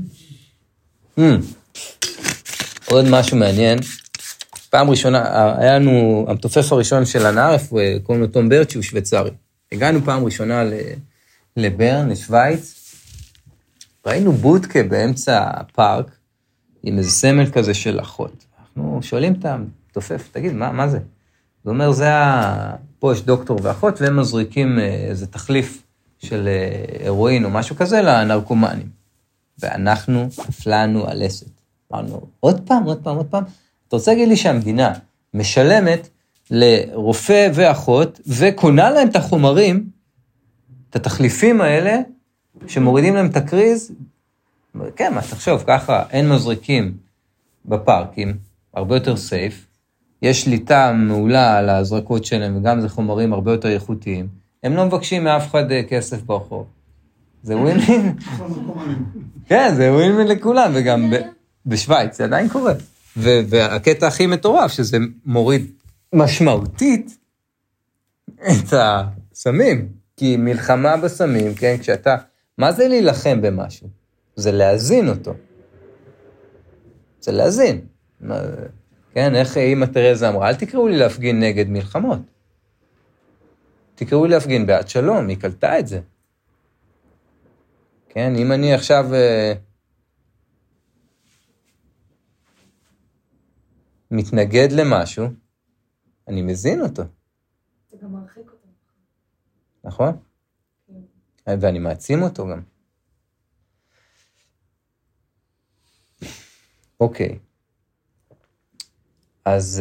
עוד משהו מעניין, פעם ראשונה, היה לנו, המתופף הראשון של הנערף, קוראים לו תום ברצ'י, הוא שוויצרי. הגענו פעם ראשונה לברן, לשוויץ, ראינו בודקה באמצע הפארק, עם איזה סמל כזה של אחות. אנחנו שואלים את המתופף, תגיד, מה, מה זה? הוא אומר, זה ה... פה יש דוקטור ואחות, והם מזריקים איזה תחליף של הרואין או משהו כזה לנרקומנים. ואנחנו הפלענו על אסת. אמרנו, עוד פעם, עוד פעם, עוד פעם. אתה רוצה להגיד לי שהמדינה משלמת לרופא ואחות, וקונה להם את החומרים, את התחליפים האלה, שמורידים להם את הקריז, כן, מה, תחשוב, ככה אין מזריקים בפארקים, הרבה יותר סייף, יש שליטה מעולה על ההזרקות שלהם, וגם זה חומרים הרבה יותר איכותיים, הם לא מבקשים מאף אחד כסף ברחוב. זה ווין-ווין. כן, זה ווין-ווין לכולם, וגם בשוויץ זה עדיין קורה. והקטע הכי מטורף, שזה מוריד משמעותית את הסמים, כי מלחמה בסמים, כן, כשאתה, מה זה להילחם במשהו? זה להזין אותו. זה להזין. כן, איך אמא תרזה אמרה, אל תקראו לי להפגין נגד מלחמות. תקראו לי להפגין בעד שלום, היא קלטה את זה. כן, אם אני עכשיו מתנגד למשהו, אני מזין אותו. זה גם מרחיק אותו. נכון? כן. ואני מעצים אותו גם. אוקיי. אז,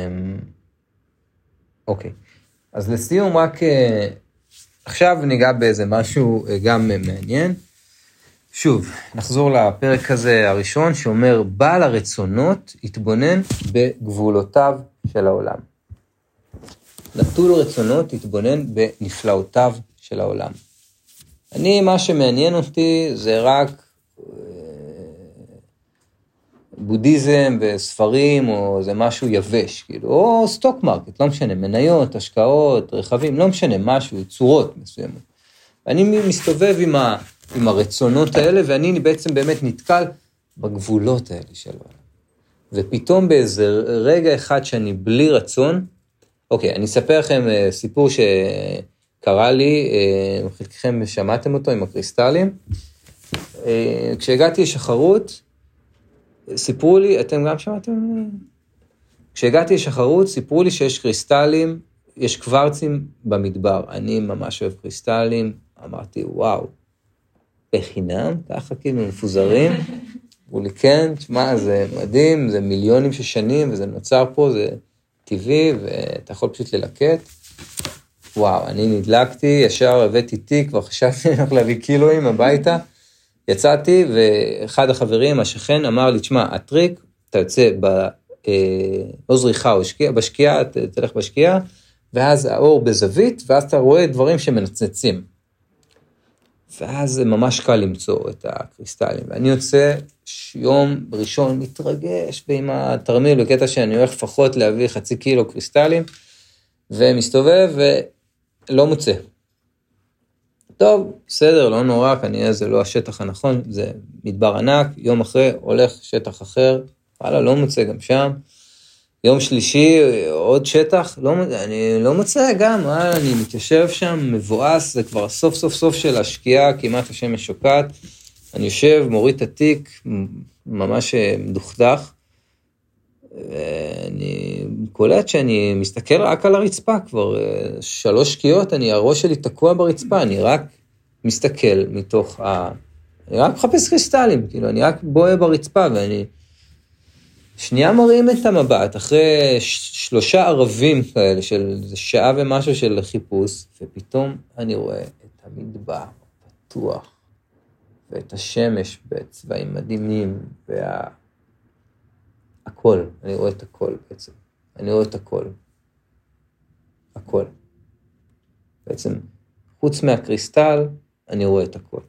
אוקיי. אז לסיום רק, עכשיו ניגע באיזה משהו גם מעניין. שוב, נחזור לפרק הזה הראשון, שאומר, בעל הרצונות יתבונן בגבולותיו של העולם. נטול רצונות יתבונן בנפלאותיו של העולם. אני, מה שמעניין אותי זה רק בודהיזם וספרים, או זה משהו יבש, כאילו, או סטוק מרקט, לא משנה, מניות, השקעות, רכבים, לא משנה, משהו, צורות מסוימות. ואני מסתובב עם, ה, עם הרצונות האלה, ואני בעצם באמת נתקל בגבולות האלה של העולם. ופתאום באיזה רגע אחד שאני בלי רצון, אוקיי, אני אספר לכם סיפור שקרה לי, חלקכם שמעתם אותו עם הקריסטלים. כשהגעתי לשחרות, סיפרו לי, אתם גם שמעתם? כשהגעתי לשחרות, סיפרו לי שיש קריסטלים, יש קוורצים במדבר. אני ממש אוהב קריסטלים, אמרתי, וואו, בחינם, ככה כאילו מפוזרים. אמרו לי, כן, תשמע, זה מדהים, זה מיליונים של שנים, וזה נוצר פה, זה טבעי, ואתה יכול פשוט ללקט. וואו, אני נדלקתי, ישר הבאתי תיק, כבר חשבתי איך להביא קילואים הביתה. יצאתי, ואחד החברים, השכן, אמר לי, תשמע, הטריק, אתה יוצא או זריחה או שקיעה, בשקיעה, תלך בשקיעה, ואז האור בזווית, ואז אתה רואה דברים שמנצנצים. ואז זה ממש קל למצוא את הקריסטלים. ואני יוצא יום ראשון מתרגש, ועם התרמיל, בקטע שאני הולך לפחות להביא חצי קילו קריסטלים, ומסתובב ולא מוצא. טוב, בסדר, לא נורא, כנראה זה לא השטח הנכון, זה מדבר ענק, יום אחרי הולך שטח אחר, וואלה, לא מוצא גם שם. יום שלישי, עוד שטח, לא, אני לא מוצא גם, וואלה, אני מתיישב שם, מבואס, זה כבר סוף סוף סוף של השקיעה, כמעט השמש שוקעת, אני יושב, מוריד את התיק, ממש מדוכדך, ואני קולט שאני מסתכל רק על הרצפה, כבר שלוש שקיעות, אני, הראש שלי תקוע ברצפה, אני רק מסתכל מתוך ה... אני רק מחפש קריסטלים, כאילו, אני רק בואה ברצפה, ואני שנייה מראים את המבט, אחרי שלושה ערבים כאלה, של שעה ומשהו של חיפוש, ופתאום אני רואה את המדבר פתוח, ואת השמש בצבעים מדהימים, וה... הכל, אני רואה את הכל בעצם, אני רואה את הכל, הכל. בעצם, חוץ מהקריסטל, אני רואה את הכל.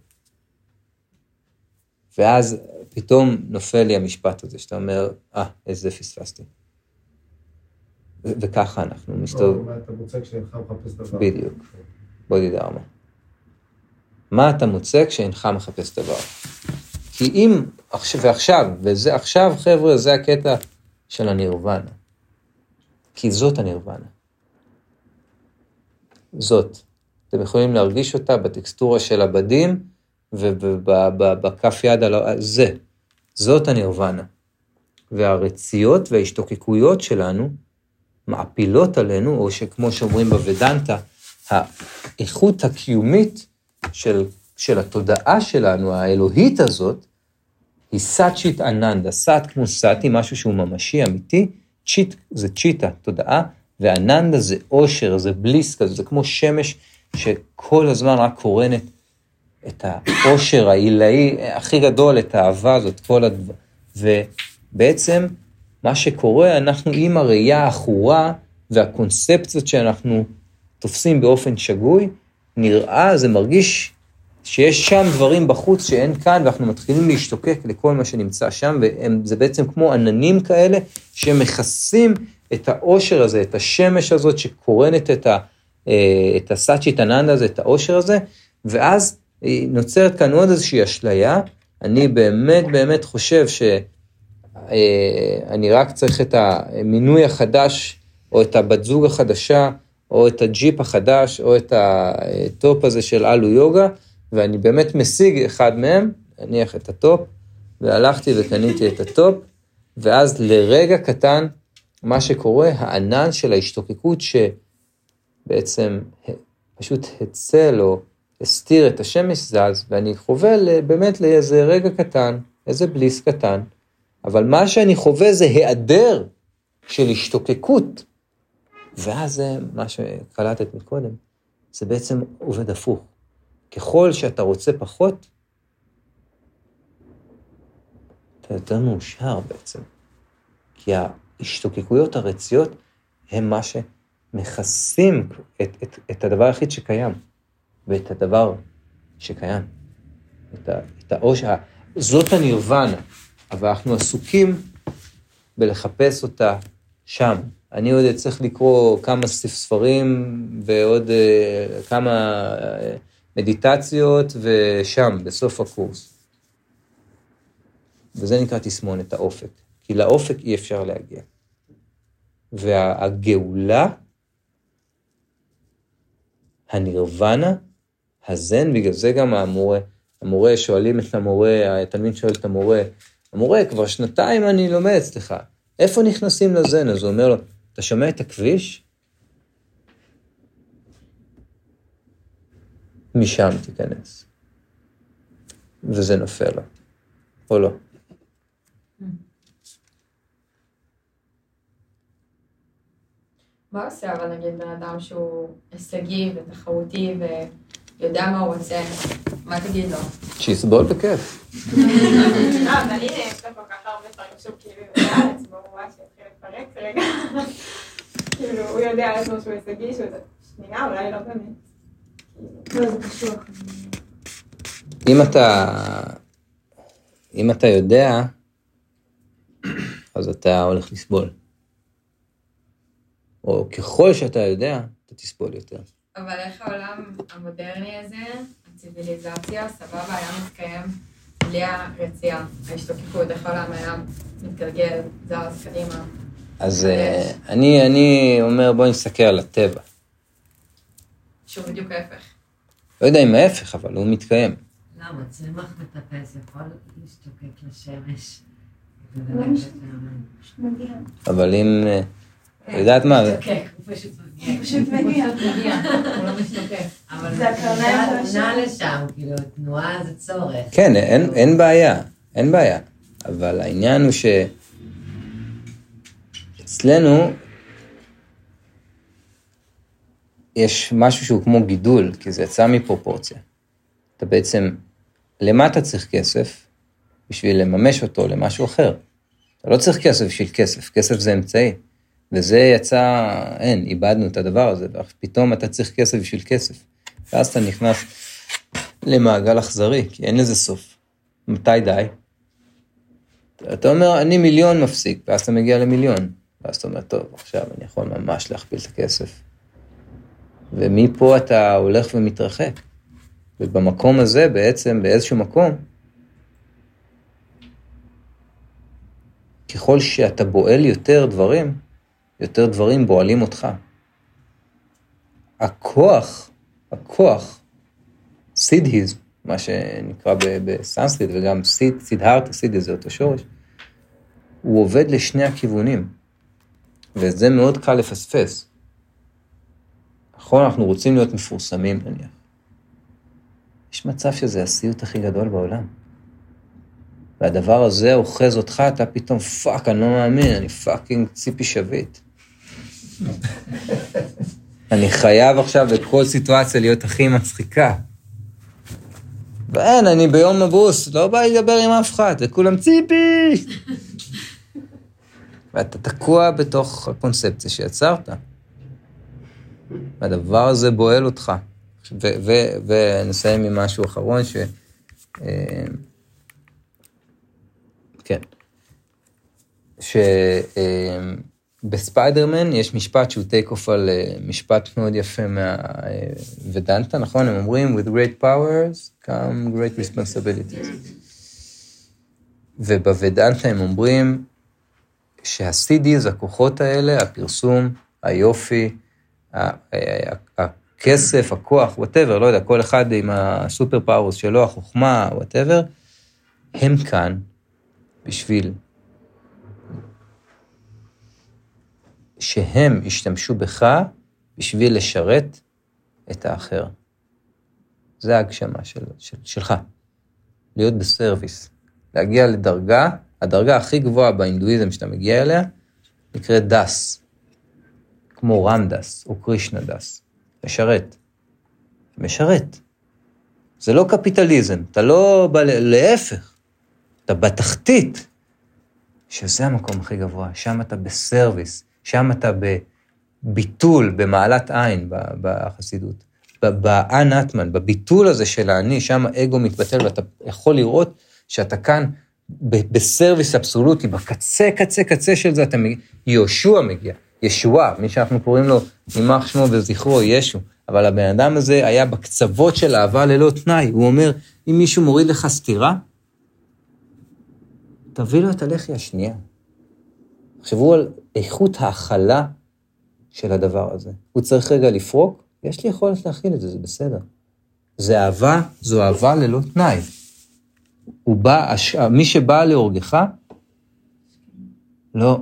ואז פתאום נופל לי המשפט הזה, שאתה אומר, אה, איזה פספסתי. ו- וככה אנחנו מסתובבים. מה אתה מוצא כשאינך מחפש דבר? בדיוק, בודי דרמה. מה אתה מוצא כשאינך מחפש דבר? כי אם, ועכשיו, וזה עכשיו, חבר'ה, זה הקטע של הנירוונה. כי זאת הנירוונה. זאת. אתם יכולים להרגיש אותה בטקסטורה של הבדים, ובכף יד על זה. זאת הנירוונה. והרציות וההשתוקקויות שלנו, מעפילות עלינו, או שכמו שאומרים בוודנטה, האיכות הקיומית של, של התודעה שלנו, האלוהית הזאת, היא סאצ'ית אננדה, סאט כמו סאטי, משהו שהוא ממשי, אמיתי, צ'יט זה צ'יטה, תודעה, ואננדה זה אושר, זה בליס כזה, זה כמו שמש שכל הזמן רק קורנת את האושר העילאי הכי גדול, את האהבה הזאת, כל הדבר. ובעצם מה שקורה, אנחנו עם הראייה האחורה והקונספציות שאנחנו תופסים באופן שגוי, נראה, זה מרגיש שיש שם דברים בחוץ שאין כאן, ואנחנו מתחילים להשתוקק לכל מה שנמצא שם, וזה בעצם כמו עננים כאלה, שמכסים את האושר הזה, את השמש הזאת שקורנת את, ה, את הסאצ'ית אננדה הזה, את האושר הזה, ואז נוצרת כאן עוד איזושהי אשליה, אני באמת באמת חושב שאני רק צריך את המינוי החדש, או את הבת זוג החדשה, או את הג'יפ החדש, או את הטופ הזה של אלו יוגה, ואני באמת משיג אחד מהם, אניח את הטופ, והלכתי וקניתי את הטופ, ואז לרגע קטן, מה שקורה, הענן של ההשתוקקות שבעצם פשוט הצל או הסתיר את השמש זז, ואני חווה באמת לאיזה רגע קטן, איזה בליס קטן, אבל מה שאני חווה זה היעדר של השתוקקות, ואז זה מה שקלטת מקודם, זה בעצם עובד הפוך. ככל שאתה רוצה פחות, אתה יותר מאושר בעצם. כי ההשתוקקויות הרציות הם מה שמכסים את, את, את הדבר היחיד שקיים, ואת הדבר שקיים. את, ה, את האוש, זאת הנירוונה, אבל אנחנו עסוקים בלחפש אותה שם. אני עוד צריך לקרוא כמה ספרים ועוד כמה מדיטציות ושם, בסוף הקורס. וזה נקרא תסמונת האופק. כי לאופק אי אפשר להגיע. והגאולה, הנירוונה, הזן, בגלל זה גם המורה, המורה שואלים את המורה, התלמיד שואל את המורה, המורה, כבר שנתיים אני לומד אצלך, איפה נכנסים לזן? אז הוא אומר לו, אתה שומע את הכביש? משם תיכנס. וזה נופל לו, או לא. מה עושה אבל נגיד בן אדם שהוא הישגי ותחרותי ויודע מה הוא רוצה? מה תגיד לו? שיסבול בכיף. אה, אבל הנה, יש לו כל כך הרבה דברים שהוא כאילו יודע על עצמו, הוא ממש יתחיל לפרק רגע. כאילו, הוא יודע על עצמו שהוא הישגי, שהוא שנייה, אולי לא באמת. לא, זה קשוח. אם אתה, אם אתה יודע, אז אתה הולך לסבול. או ככל שאתה יודע, אתה תסבול יותר. אבל איך העולם המודרני הזה, הציביליזציה, סבבה, היה מתקיים בלי הרצייה, ההשתוקקות, איך העולם היה מתגלגל, זרס קדימה. אז אני, אני אומר, בוא נסתכל על הטבע. שהוא בדיוק ההפך. לא יודע אם ההפך, אבל הוא מתקיים. למה? צמח מטפס יכול להשתוקק לשמש. לא מגיע. אבל אם... יודעת מה? משתוקק, הוא פשוט מגיע. הוא פשוט מגיע. הוא לא משתוקק. אבל זה הקרניים הוא נע לשם, כאילו, תנועה זה צורך. כן, אין, אין בעיה, אין בעיה. אבל העניין הוא שאצלנו יש משהו שהוא כמו גידול, כי זה יצא מפרופורציה. אתה בעצם, למה אתה צריך כסף? בשביל לממש אותו למשהו אחר. אתה לא צריך כסף בשביל כסף, כסף זה אמצעי. וזה יצא, אין, איבדנו את הדבר הזה, ופתאום אתה צריך כסף בשביל כסף. ואז אתה נכנס למעגל אכזרי, כי אין לזה סוף. מתי די? אתה אומר, אני מיליון מפסיק, ואז אתה מגיע למיליון. ואז אתה אומר, טוב, עכשיו אני יכול ממש להכפיל את הכסף. ומפה אתה הולך ומתרחק. ובמקום הזה, בעצם, באיזשהו מקום, ככל שאתה בועל יותר דברים, יותר דברים בועלים אותך. הכוח, הכוח, סידהיז, מה שנקרא בסנסקריט, וגם סיד, סידהרתה, סידהיז זה אותו שורש, הוא עובד לשני הכיוונים, וזה מאוד קל לפספס. נכון, אנחנו רוצים להיות מפורסמים, נניח. יש מצב שזה הסיוט הכי גדול בעולם. והדבר הזה אוחז אותך, אתה פתאום, פאק, אני לא מאמין, אני פאקינג ציפי שביט. אני חייב עכשיו בכל סיטואציה להיות הכי מצחיקה. ואין, אני ביום מבוס, לא בא לדבר עם אף אחד, וכולם ציפי. ואתה תקוע בתוך הקונספציה שיצרת. והדבר הזה בועל אותך. ונסיים עם משהו אחרון ש... כן. שבספיידרמן יש משפט שהוא טייק אוף על משפט מאוד יפה מהוודנטה, נכון? הם אומרים, with great powers come great responsibilities. ובוודנטה הם אומרים שהסידיז, הכוחות האלה, הפרסום, היופי, הכסף, הכוח, whatever, לא יודע, כל אחד עם הסופר פאוורס שלו, החוכמה, whatever, הם כאן בשביל שהם ישתמשו בך בשביל לשרת את האחר. זה ההגשמה של, של, שלך. להיות בסרוויס. להגיע לדרגה, הדרגה הכי גבוהה בהינדואיזם שאתה מגיע אליה, נקראת דס. כמו רמדס או קרישנה דס. לשרת. משרת. זה לא קפיטליזם. אתה לא בא להפך. אתה בתחתית. שזה המקום הכי גבוה. שם אתה בסרוויס. שם אתה בביטול, במעלת עין בחסידות. באנטמן, בביטול הזה של האני, שם האגו מתבטל, ואתה יכול לראות שאתה כאן בסרוויס אבסולוטי, בקצה, קצה, קצה של זה, אתה מגיע, יהושע מגיע, ישוע, מי שאנחנו קוראים לו, יימח שמו וזכרו, ישו, אבל הבן אדם הזה היה בקצוות של אהבה ללא תנאי, הוא אומר, אם מישהו מוריד לך סתירה, תביא לו את הלחי השנייה. תחשבו על איכות ההכלה של הדבר הזה. הוא צריך רגע לפרוק, יש לי יכולת להכיל את זה, זה בסדר. זה אהבה, זו אהבה ללא תנאי. הוא בא, מי שבא להורגך, לא.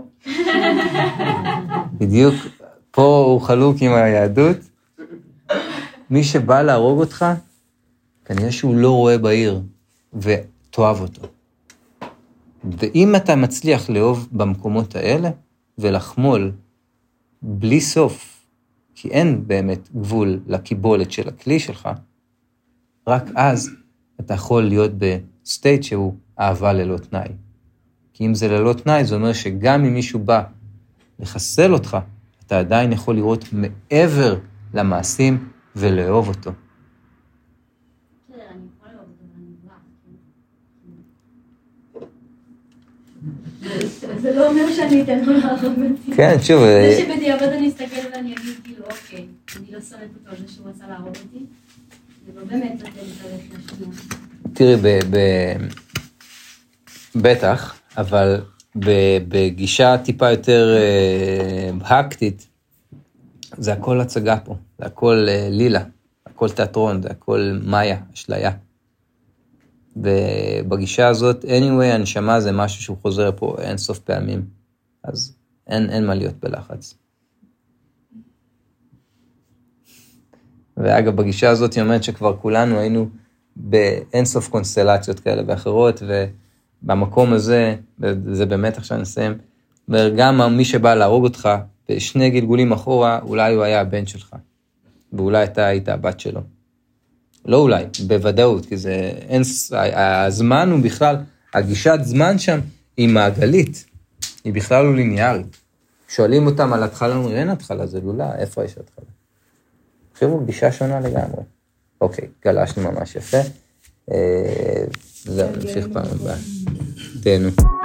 בדיוק, פה הוא חלוק עם היהדות. מי שבא להרוג אותך, כנראה שהוא לא רואה בעיר, ותאהב אותו. ואם אתה מצליח לאהוב במקומות האלה, ולחמול בלי סוף, כי אין באמת גבול לקיבולת של הכלי שלך, רק אז אתה יכול להיות בסטייט שהוא אהבה ללא תנאי. כי אם זה ללא תנאי, זה אומר שגם אם מישהו בא לחסל אותך, אתה עדיין יכול לראות מעבר למעשים ולאהוב אותו. בסדר, אני יכולה לאהוב אותו, זה לא אומר שאני אתן לו להרוג אותי. כן, שוב... זה שבדיעבד אני אסתכל ואני אגיד, כאילו, אוקיי, אני לא שונאת אותו על זה שהוא רצה להרוג אותי. זה לא באמת לתת את הלך לשנייה. תראי, ב... בטח, אבל בגישה טיפה יותר הקטית, זה הכל הצגה פה, זה הכל לילה, הכל תיאטרון, זה הכל מאיה, אשליה. ובגישה הזאת, anyway, הנשמה זה משהו שהוא חוזר פה אין סוף פעמים, אז אין, אין מה להיות בלחץ. ואגב, בגישה הזאת היא אומרת שכבר כולנו היינו באין סוף קונסטלציות כאלה ואחרות, ובמקום הזה, זה באמת עכשיו נסיים, וגם מי שבא להרוג אותך, בשני גלגולים אחורה, אולי הוא היה הבן שלך, ואולי אתה היית הבת שלו. לא אולי, בוודאות, כי זה, אין, הזמן הוא בכלל, הגישת זמן שם היא מעגלית, היא בכלל לא ליניארית. שואלים אותם על התחלה, אומרים, אין התחלה, זה לולה, איפה יש התחלה? עכשיו גישה שונה לגמרי. אוקיי, גלשנו ממש יפה. זהו, נמשיך פעם הבאה. תהנו.